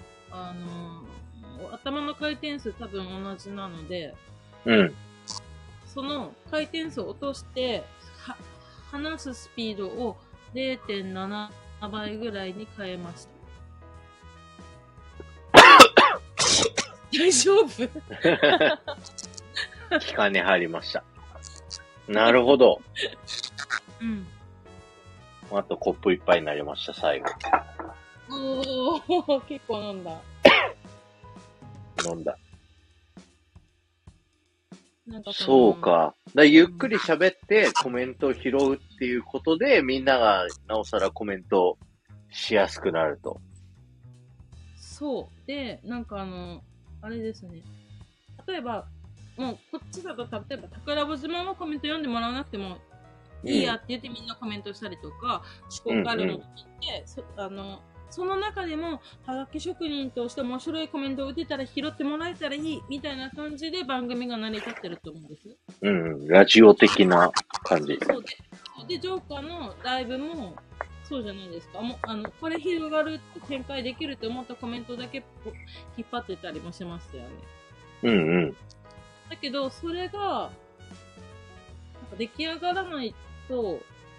頭の回転数多分同じなので、その回転数を落として話すスピードを 0.7 倍ぐらいに変えました。大丈夫聞かね入りました。なるほど。あとコップいっぱいになりました、最後。 おー、結構飲んだ。 飲んだ。そうか。ゆっくり喋ってコメントを拾うっていうことで、みんながなおさらコメントしやすくなると。 そう。で、なんかあれですね。例えば、もうこっちだと、例えば、宝坊島のコメント読んでもらわなくてもいいやって言ってみんなコメントしたりとか、思考回路の時って、その中でも、はがき職人として面白いコメントを打てたら拾ってもらえたらいいみたいな感じで番組が成り立ってると思うんです。 ラジオ的な感じ。 そうで、ジョーカーのライブも、そうじゃないですか。もうこれ広がるって展開できると思ったコメントだけ引っ張ってたりもしますよね。だけど、それが、なんか出来上がらないと、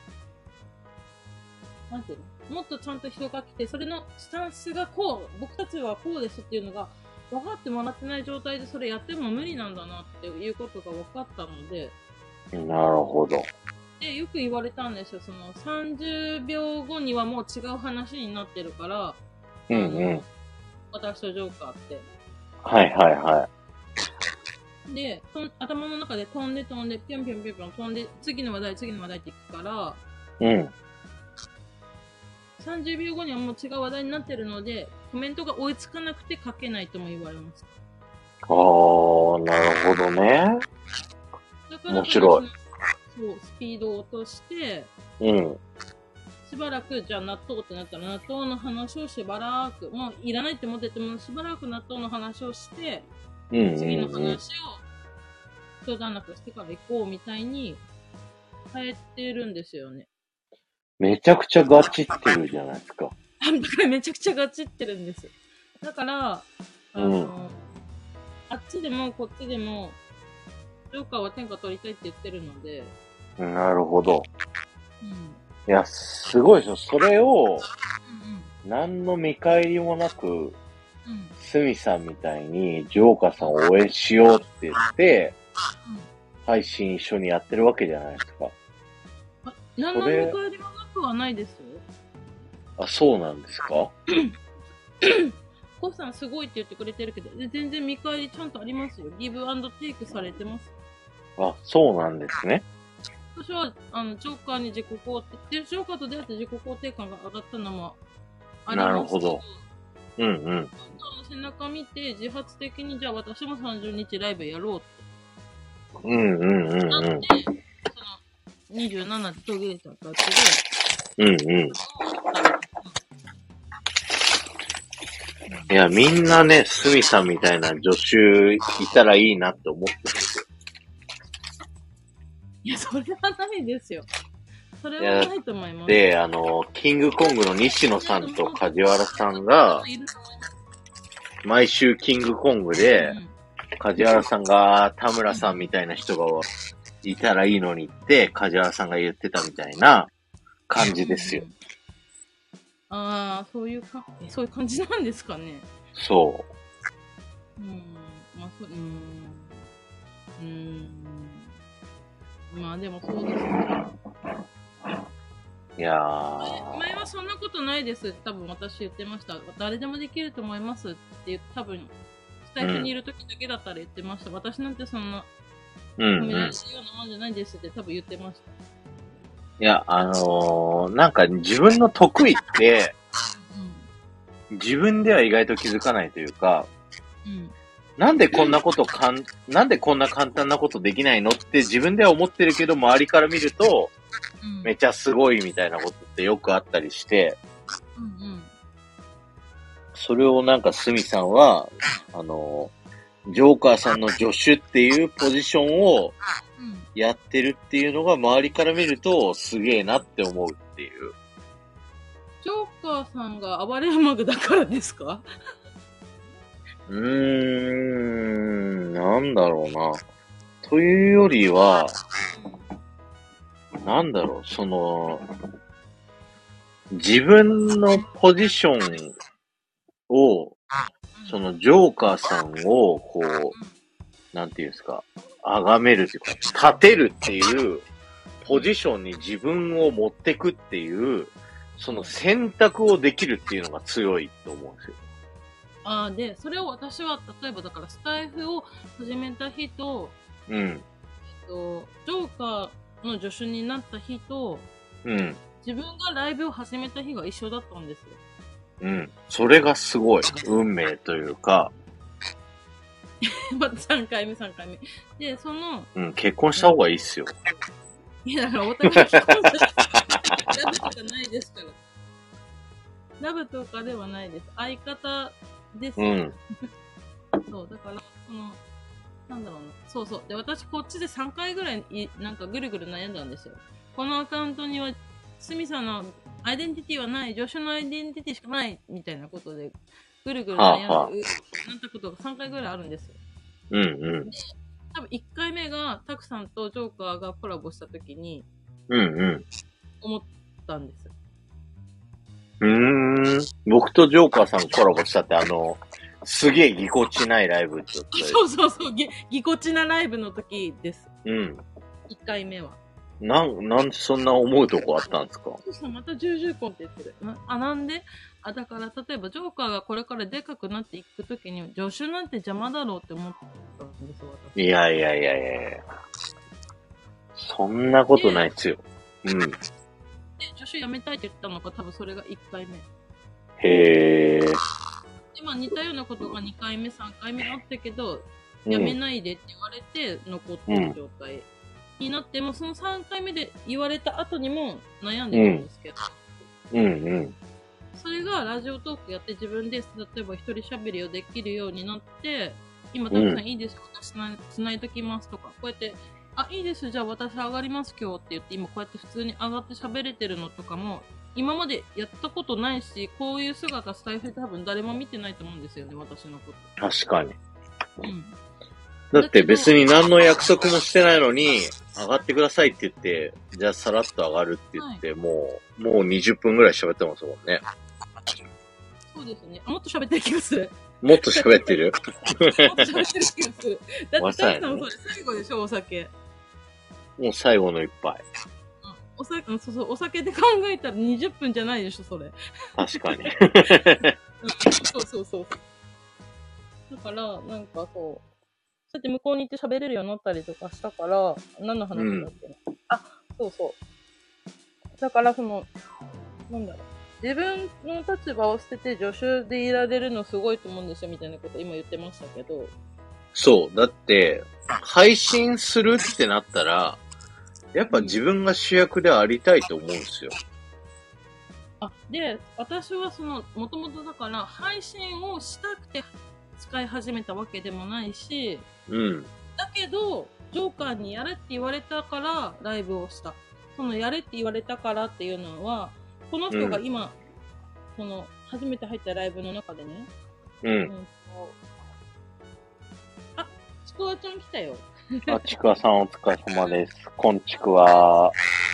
なんていうの？もっとちゃんと人が来て、それのスタンスがこう、僕たちはこうですっていうのが分かってもらってない状態でそれやっても無理なんだなっていうことが分かったので。 なるほど。 で、よく言われたんですよ。その30秒後にはもう違う話になってるから、私とジョーカーって。で、頭の中で飛んで、ぴょんぴょんぴょんぴょん飛んで、次の話題っていくから、30秒後にはもう違う話題になってるので、コメントが追いつかなくて書けないとも言われました。 なるほどね。 だから面白い。 そう、スピードを落として、しばらく、じゃあ納豆ってなったら、納豆の話をしばらく、もういらないって思ってても、しばらく納豆の話をして、 次の話を相談なくしてから行こうみたいに変えてるんですよね。 めちゃくちゃガチってるじゃないですか。 だからめちゃくちゃガチってるんです。だから、あっちでもこっちでも、ジョーカーは天下取りたいって言ってるので。 なるほど。いや、すごいですよ。それを、何の見返りもなく、スミさんみたいにジョーカーさんを応援しようって言って、配信一緒にやってるわけじゃないですか。 何の見返りもなくはないですよ。 あ、そうなんですか？ コウさんすごいって言ってくれてるけど、全然見返りちゃんとありますよ。ギブアンドテイクされてます。 あ、そうなんですね。 私は、ジョーカーに自己肯定、ジョーカーと出会って自己肯定感が上がったのもあります。なるほど。ジョーカーの背中見て、自発的に、じゃあ私も30日ライブやろうって。なって、その、27で途切れた形で、 いや、みんなね、スミさんみたいな助手いたらいいなって思ってるんですよ。 いや、それはないですよ。それはないと思います。 で、キングコングの西野さんと梶原さんが、毎週キングコングで、梶原さんが田村さんみたいな人がいたらいいのにって、梶原さんが言ってたみたいな感じですよ。 ああ、そういう感じなんですかね。 そう。 まあ、まあでもそうですね。 いやー。 前はそんなことないです。多分私言ってました。誰でもできると思いますって多分、スタイフにいる時だけだったら言ってました。私なんてそんな、褒められるようなもんじゃないですって多分言ってました。 いや、なんか自分の得意って、自分では意外と気づかないというか、なんでこんな簡単なことできないのって自分では思ってるけど、周りから見ると、めちゃすごいみたいなことってよくあったりして、それをなんかスミさんは、ジョーカーさんの助手っていうポジションをやってるっていうのが周りから見るとすげえなって思うっていう。 ジョーカーさんが暴れ馬具だからですか？ なんだろうな。というよりは、なんだろう、自分のポジションを、ジョーカーさんを、なんていうんですか、崇めるというか、立てるっていうポジションに自分を持ってくっていう、その選択をできるっていうのが強いと思うんですよ。 で、それを私は、例えばだからスタイフを始めた日と、ジョーカーの助手になった日と、自分がライブを始めた日が一緒だったんですよ。 それがすごい。運命というか。 また3回目。で、 結婚した方がいいっすよ。 いや、だからお互い結婚したラブとかないですから。ラブとかではないです。相方です。そう、だから、なんだろうな。そう。で、私こっちで3回ぐらい、なんかぐるぐる悩んだんですよ。このアカウントには、スミさんのアイデンティティはない、助手のアイデンティティしかない、みたいなことで、ぐるぐる悩んで、なったことが3回ぐらいあるんですよ。多分1回目が、タクさんとジョーカーがコラボしたときに、思ったんです。 僕とジョーカーさんコラボしたってすげえぎこちないライブちょっと。 そう、ぎこちなライブの時です。1回目は。 なんでそんな思うとこあったんですか？ そう、また重々婚って言ってる。なんでだから、例えば、ジョーカーがこれからでかくなっていくときに、助手なんて邪魔だろうって思ったんですよ、私。 いや。そんなことないっすよ。 で、助手辞めたいって言ったのが、多分それが1回目。 へー。で、 似たようなことが2回目、3回目あったけど、辞めないでって言われて、残ってる状態になって、もその3回目で言われた後にも悩んでるんですけど。それがラジオトークやって自分で、例えば一人喋りをできるようになって、 今、たくさんいいですか、私繋いときますとか、こうやって、あ、いいです、じゃあ私上がります今日って言って、今こうやって普通に上がって喋れてるのとかも、今までやったことないし、こういう姿、スタイフ多分誰も見てないと思うんですよね、私のこと。 確かに。 うん。 だって別に何の約束もしてないのに、上がってくださいって言って、じゃあさらっと上がるって言って、はい、もう20分ぐらい喋ってますもんね。 そうですね。もっと喋ってる気がする。 もっと喋ってるもっと喋ってる気がする。だって、大さんも最後でしょ、お酒。 もう最後の一杯。 お酒で考えたら20分じゃないでしょ、それ。 確かに。 そう。だから、なんかそう、そうやって向こうに行って喋れるようになったりとかしたから、何の話だっけ、そう。だから、なんだろう。自分の立場を捨てて助手でいられるのすごいと思うんですよ、みたいなこと今言ってましたけど。 そう。だって、配信するってなったら、やっぱ自分が主役でありたいと思うんですよ。 で、私はもともとだから、配信をしたくて使い始めたわけでもないし、だけど、ジョーカーにやれって言われたからライブをした。やれって言われたからっていうのは、この人が今、初めて入ったライブの中でね、ちくわちゃん来たよ。 ちくわさんお疲れ様です。こんちくわ。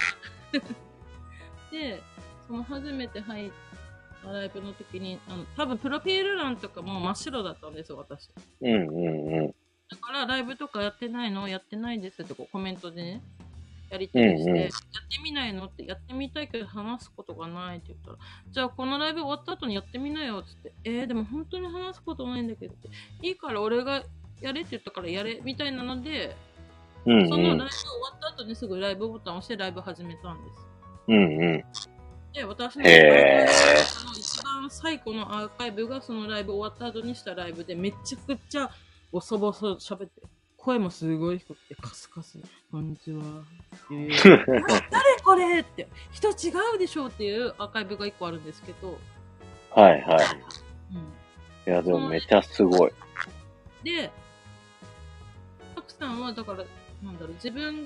で、初めて入ったライブの時に、多分プロフィール欄とかも真っ白だったんですよ、私。だからライブとかやってないの？やってないですってコメントでね、やり取りして、やってみないのって、やってみたいけど話すことがないって言ったら、じゃあこのライブ終わった後にやってみなよって言って、でも本当に話すことないんだけどって、いいから俺がやれって言ったからやれみたいなので、そのライブ終わった後にすぐライブボタンを押してライブ始めたんです。で、私の一番最古のアーカイブがそのライブ終わった後にしたライブで、めちゃくちゃボソボソ喋って、声もすごい低くてカスカス、こんにちは。誰これって、人違うでしょっていうアーカイブが一個あるんですけど。 はいはい。いや、でもめちゃすごい。 で、たくさんはだから、自分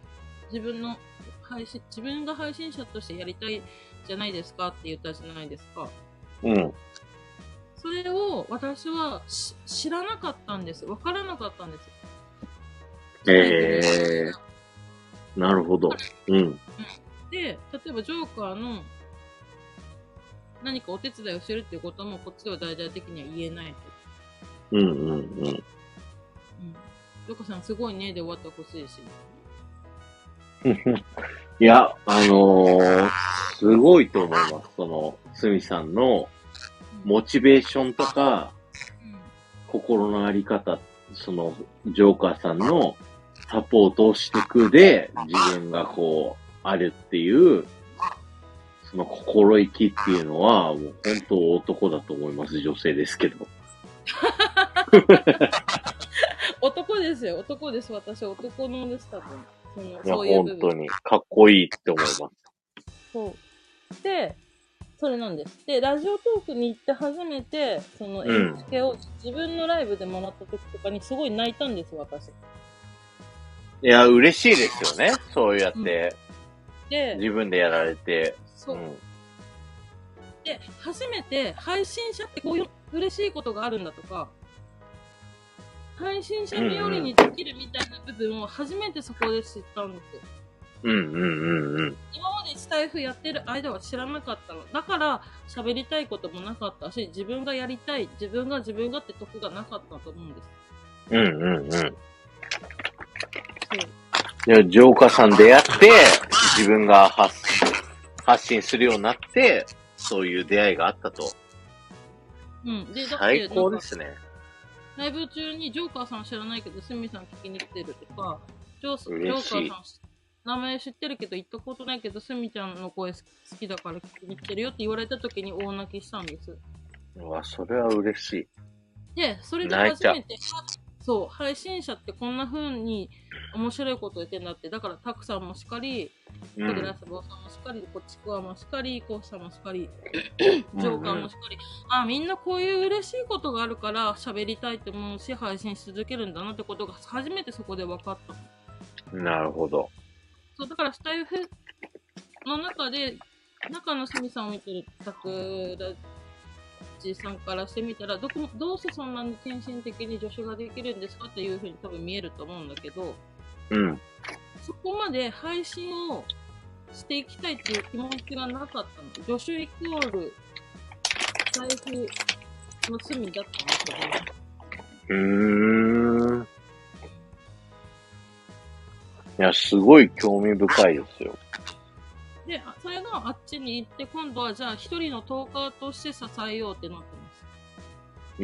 が配信者としてやりたいじゃないですかって言ったじゃないですか。それを私は知らなかったんです。わからなかったんです。 なるほど。 で、例えばジョーカーの何かお手伝いをするっていうこともこっちでは大々的には言えないと。ジョーカーさんすごいねで終わってほしいし。 いや、すごいと思います。すみさんのモチベーションとか、心のあり方、ジョーカーさんのサポートをしていくで、自分があるっていう、その心意気っていうのは、もう本当男だと思います。女性ですけど。 男ですよ。男です。私、男のです、多分。 そういう部分。本当に、かっこいいって思います。 そう。で、それなんです。で、ラジオトークに行って初めて、演付けを自分のライブでもらった時とかにすごい泣いたんです、私。 いや、嬉しいですよね。そうやって。で、自分でやられて。 そう。で、初めて配信者ってこういう嬉しいことがあるんだとか、配信者冥利にできるみたいな部分を初めてそこで知ったんですよ。今までスタイフやってる間は知らなかったの。だから喋りたいこともなかったし、自分がやりたい、自分がってとこがなかったと思うんです。 ジョーカーさん出会って、自分が発信するようになって、そういう出会いがあったと。 で、 最高ですね。 ライブ中にジョーカーさん知らないけど、スミさん聞きに来てるとか、ジョーカーさん名前知ってるけど行ったことないけど、スミちゃんの声好きだから聞きに来てるよって言われた時に大泣きしたんです。 うわ、それは嬉しい。 で、それで初めて、配信者ってこんな風に面白いこと言ってんだって、だからタクさんもしっかり、コデラスボーさんもしっかり、こっちくわもしっかり、コウさんもしっかり、ジョーカーもしっかり、 みんなこういう嬉しいことがあるから喋りたいって思うし、配信し続けるんだなってことが初めてそこで分かった。 なるほど。 そう、だからスタイフの中で、中のすみさんを見てる桜地さんからしてみたら、どうしてそんなに献身的に助手ができるんですかっていうふうに多分見えると思うんだけど、 うん。 そこまで配信をしていきたいっていう気持ちがなかったの。助手イコール財布の隅だったの。いや、すごい興味深いですよ。 で、それがあっちに行って、今度はじゃあ一人のトーカーとして支えようってなってます。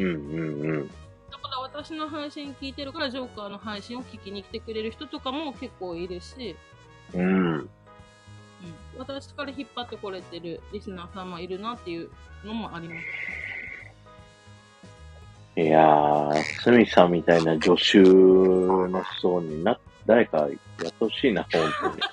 うんうんうん。 だから私の配信聞いてるから、ジョーカーの配信を聞きに来てくれる人とかも結構いるし、 うん。 私から引っ張ってこれてるリスナーさんもいるなっていうのもあります。 いやー、すみさんみたいな助手の人に誰かやってほしいな、本当に。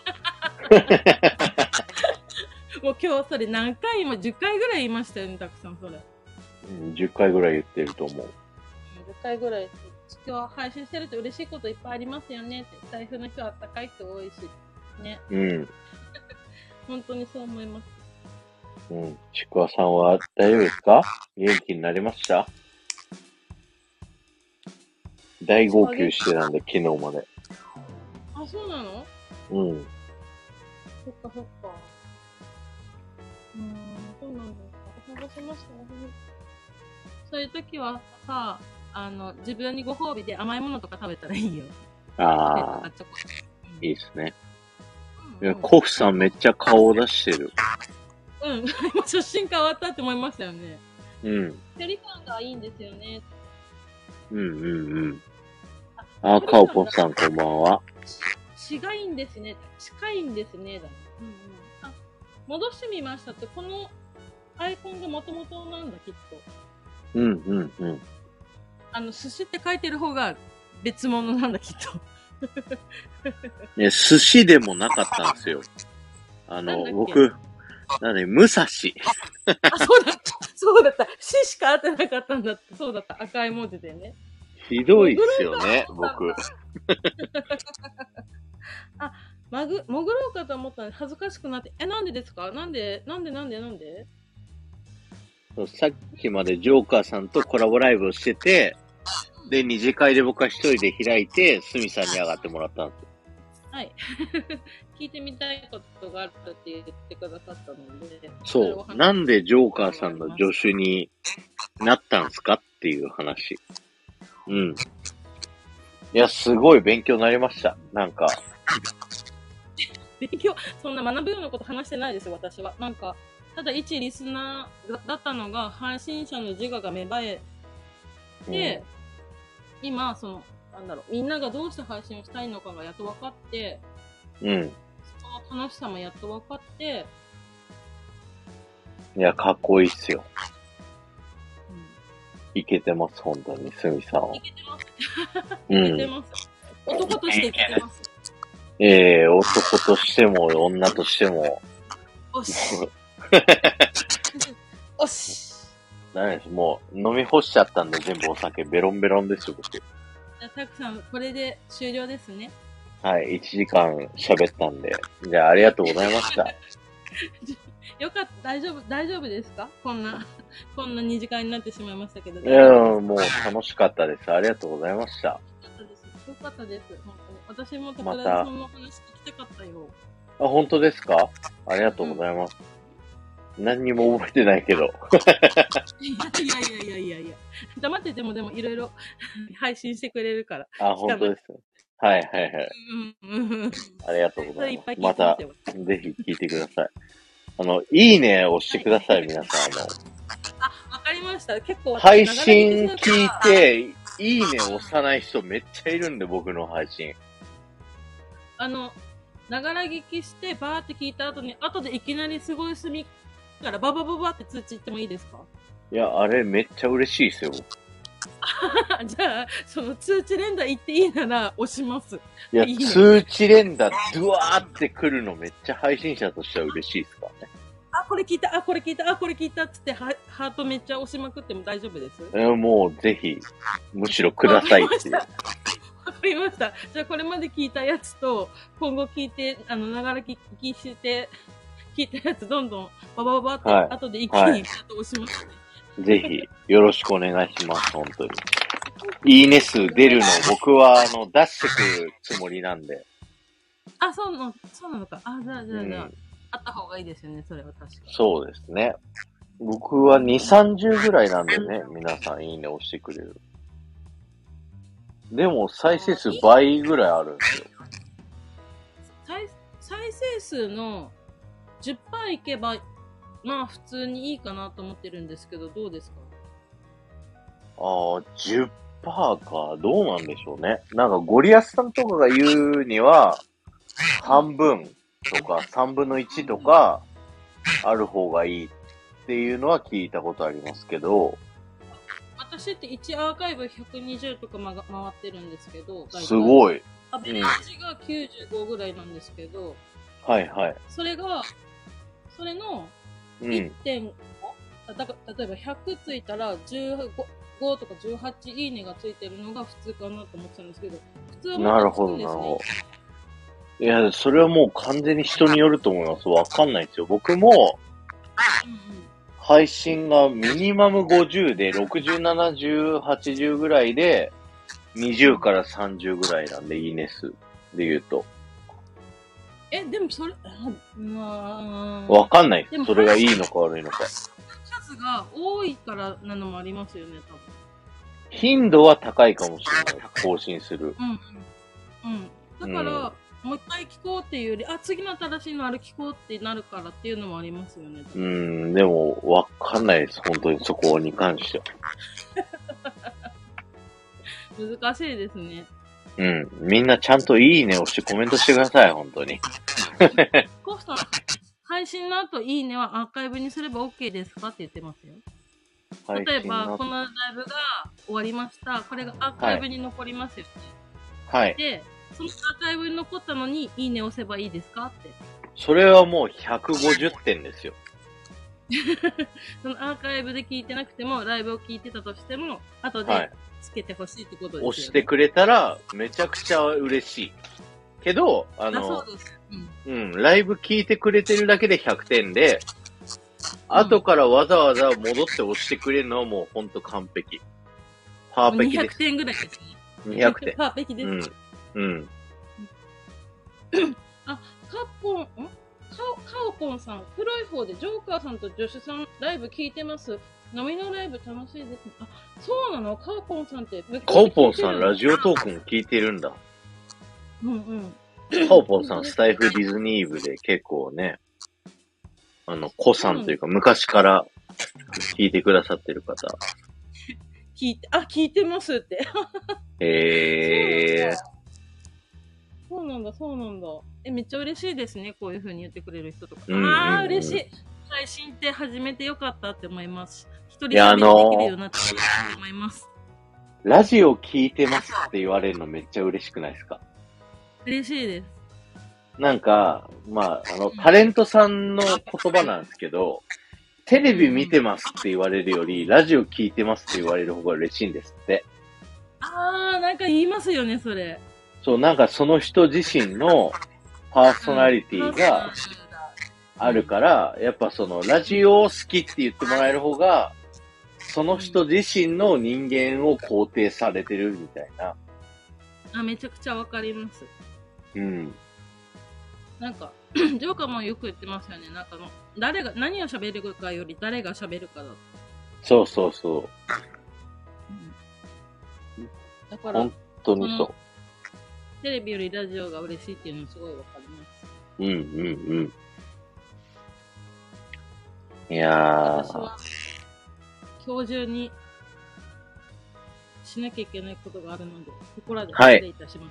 もう今日それ何回も10回ぐらい言いましたよね、たくさんそれ。 10回ぐらい言ってると思う。10 回ぐらい。今日配信してると嬉しいこといっぱいありますよねって。財布の人はあったかい人多いし。ね。 うん。 本当にそう思います。 うん。ちくわさんは大丈夫ですか？元気になりました？大号泣してたんで、昨日まで。 あ、そうなの？ うん。 そっかそっか。そうなんだ。お話しましたね。そういう時はさ、自分にご褒美で甘いものとか食べたらいいよ。 ああ、いいですね。いや、コフさんめっちゃ顔を出してる。 うん、初心変わったって思いましたよね。 うん。 距離感がいいんですよね。 うんうんうん。あ、カオポさんこんばんは。 近いんですね。近いんですね。だ。あ、戻してみましたって、このアイコンがもともとなんだ、きっと。 うんうんうん。 寿司って書いてる方が別物なんだ、きっと。 ね、寿司でもなかったんですよ。僕、武蔵。あ、 そうだった。そうだった。死しか合ってなかったんだって。そうだった。赤い文字でね。 ひどいっすよね、僕。 あ、潜ろうかと思ったのに恥ずかしくなって。なんでですか？なんでさっきまでジョーカーさんとコラボライブをしてて、で、二次会で僕は一人で開いて、スミさんに上がってもらったんですよ。 はい。聞いてみたいことがあるって言ってくださったので。 そう。なんでジョーカーさんの助手になったんすかっていう話。うん。いや、すごい勉強になりました。なんか。 勉強、そんな学ぶようなこと話してないですよ、私は。なんか、ただ一リスナーだったのが、配信者の自我が芽生えて、今、みんながどうして配信をしたいのかがやっと分かって、 うん。 その楽しさもやっと分かって、 いや、かっこいいっすよ。いけてます、本当に、すみさんは。 いけてます。いけてます。男としていけてます。 男としても、女としても。 おし。おし。 ダメです。もう、飲み干しちゃったんで、全部お酒、ベロンベロンですよ、僕。 じゃあ、たくさん、これで終了ですね。 はい、1時間喋ったんで。じゃあ、ありがとうございました。 よかった、大丈夫ですか？こんな2時間になってしまいましたけど。 いや、もう楽しかったです。ありがとうございました。 よかったです。本当に。私も宝田さんの話聞きたかったよ。 あ、本当ですか？ありがとうございます。何にも覚えてないけど。 いや。黙っててもでもいろいろ配信してくれるから。 あ、本当です。はい。ありがとうございます。また、ぜひ聞いてください。いいねを押してください、皆さん。 わかりました。結構配信聞いて、いいねを押さない人めっちゃいるんで、僕の配信。 ながら聞きして、バーって聞いた後に、後でいきなりすごい隅からババババって通知言ってもいいですか？ いや、あれめっちゃ嬉しいですよ。 じゃあ、その通知連打言っていいなら押します。 いや、通知連打ドワーって来るのめっちゃ配信者としては嬉しいですからね。 あ、これ聞いた、あ、これ聞いた、あ、これ聞いたっつってハートめっちゃ押しまくっても大丈夫です？ もうぜひ、むしろくださいっていう。 わかりました。じゃあこれまで聞いたやつと、今後聞いて、ながら聞きして、聞いたやつどんどんババババって、後で一気にチャット押しますね。 ぜひ、よろしくお願いします、本当に。いいね数出るの僕は、出してくるつもりなんで。 あ、そうなのか。あ、じゃあ、あった方がいいですよね、それは確かに。 そうですね。僕は2、30ぐらいなんでね、皆さんいいね押してくれる。でも、再生数倍ぐらいあるんですよ。 再生数の 10% いけば、まあ普通にいいかなと思ってるんですけど、どうですか？ 10%か。どうなんでしょうね。なんか、ゴリアスさんとかが言うには、半分とか3分の1とか、ある方がいいっていうのは聞いたことありますけど。 私って1アーカイブ120とか回ってるんですけど、 すごい。 アベレージが95ぐらいなんですけど、 はいはい。 それの 1.5、例えば100ついたら15とか18いいねがついてるのが普通かなと思ってたんですけど、普通はなるほど、なるほど。いや、それはもう完全に人によると思います。わかんないですよ。僕も、配信がミニマム50で、60、70、80ぐらいで、20から30ぐらいなんで、いいね数で言うと。 でもそれ、 わかんない。それがいいのか悪いのか。 数が多いからなのもありますよね、多分。 頻度は高いかもしれない。更新する。 だから、もう一回聞こうっていうより、次の新しいのある聞こうってなるからっていうのもありますよね。 でも、わかんないです。本当にそこに関しては。 難しいですね。 みんなちゃんといいねをしてコメントしてください、本当に。 コフさん、配信の後いいねはアーカイブにすれば OK ですかって言ってますよ。例えば、このライブが終わりました。これがアーカイブに残りますよね。 はい。 で、そのアーカイブに残ったのにいいね押せばいいですかって。 それはもう150点ですよ。 そのアーカイブで聞いてなくても、ライブを聞いてたとしても、後でつけてほしいってことですよね。 押してくれたら、めちゃくちゃ嬉しい。けど、 そうです。 ライブ聞いてくれてるだけで100点で、後からわざわざ戻って押してくれるのはもうほんと完璧。パーフェクトです。 200点ぐらいですね。 200点。 パーフェクトです。カオポンさん、黒い方でジョーカーさんと助手さんライブ聞いてます。飲みのライブ楽しいですね。そうなの？カオポンさんって。 カオポンさんラジオトークも聞いてるんだ。カオポンさんスタイフディズニー部で結構ね、コさんというか昔から聞いてくださってる方。 聞いてますって。そうなんだ。めっちゃ嬉しいですね。こういう風に言ってくれる人とか。嬉しい。配信って始めてよかったって思います。一人でできるようになったと思います。 ラジオ聞いてますって言われるのめっちゃ嬉しくないですか？ 嬉しいです。 なんか、タレントさんの言葉なんですけど、テレビ見てますって言われるより、ラジオ聞いてますって言われる方が嬉しいんですって。 なんか言いますよね、それ。 そう、なんかその人自身のパーソナリティがあるから、やっぱそのラジオを好きって言ってもらえる方が、その人自身の人間を肯定されてるみたいな。 めちゃくちゃわかります。なんか、ジョーカーもよく言ってますよね。なんか何を喋るかより誰が喋るかだ。 そう。 だから、 本当にそう。 テレビよりラジオが嬉しいっていうのすごいわかります。 いやー。 私は、今日中にしなきゃいけないことがあるので、ここらで失礼いたします。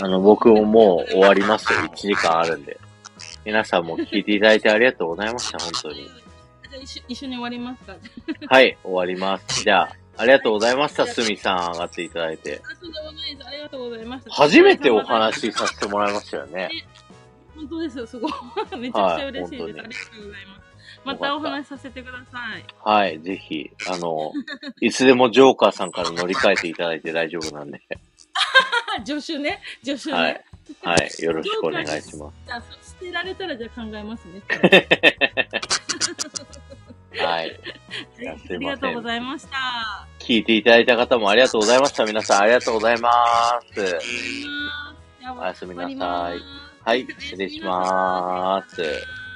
僕ももう終わりますよ。1時間あるんで。皆さんも聞いていただいてありがとうございました、本当に。 じゃあ一緒に終わりますか？ はい、終わります。じゃあ、ありがとうございました、すみさん上がっていただいて。 ありがとうございました。 初めてお話しさせてもらいましたよね。 本当ですよ、すごい。めちゃくちゃ嬉しいです。ありがとうございます。 またお話しさせてください。 はい、ぜひ、いつでもジョーカーさんから乗り換えていただいて大丈夫なんで。 助手ね。 はい。はい、よろしくお願いします。 じゃあ、捨てられたらじゃあ考えますね。 はい。 ありがとうございました。 聞いていただいた方もありがとうございました。皆さんありがとうございます。おやすみなさい。はい、失礼します。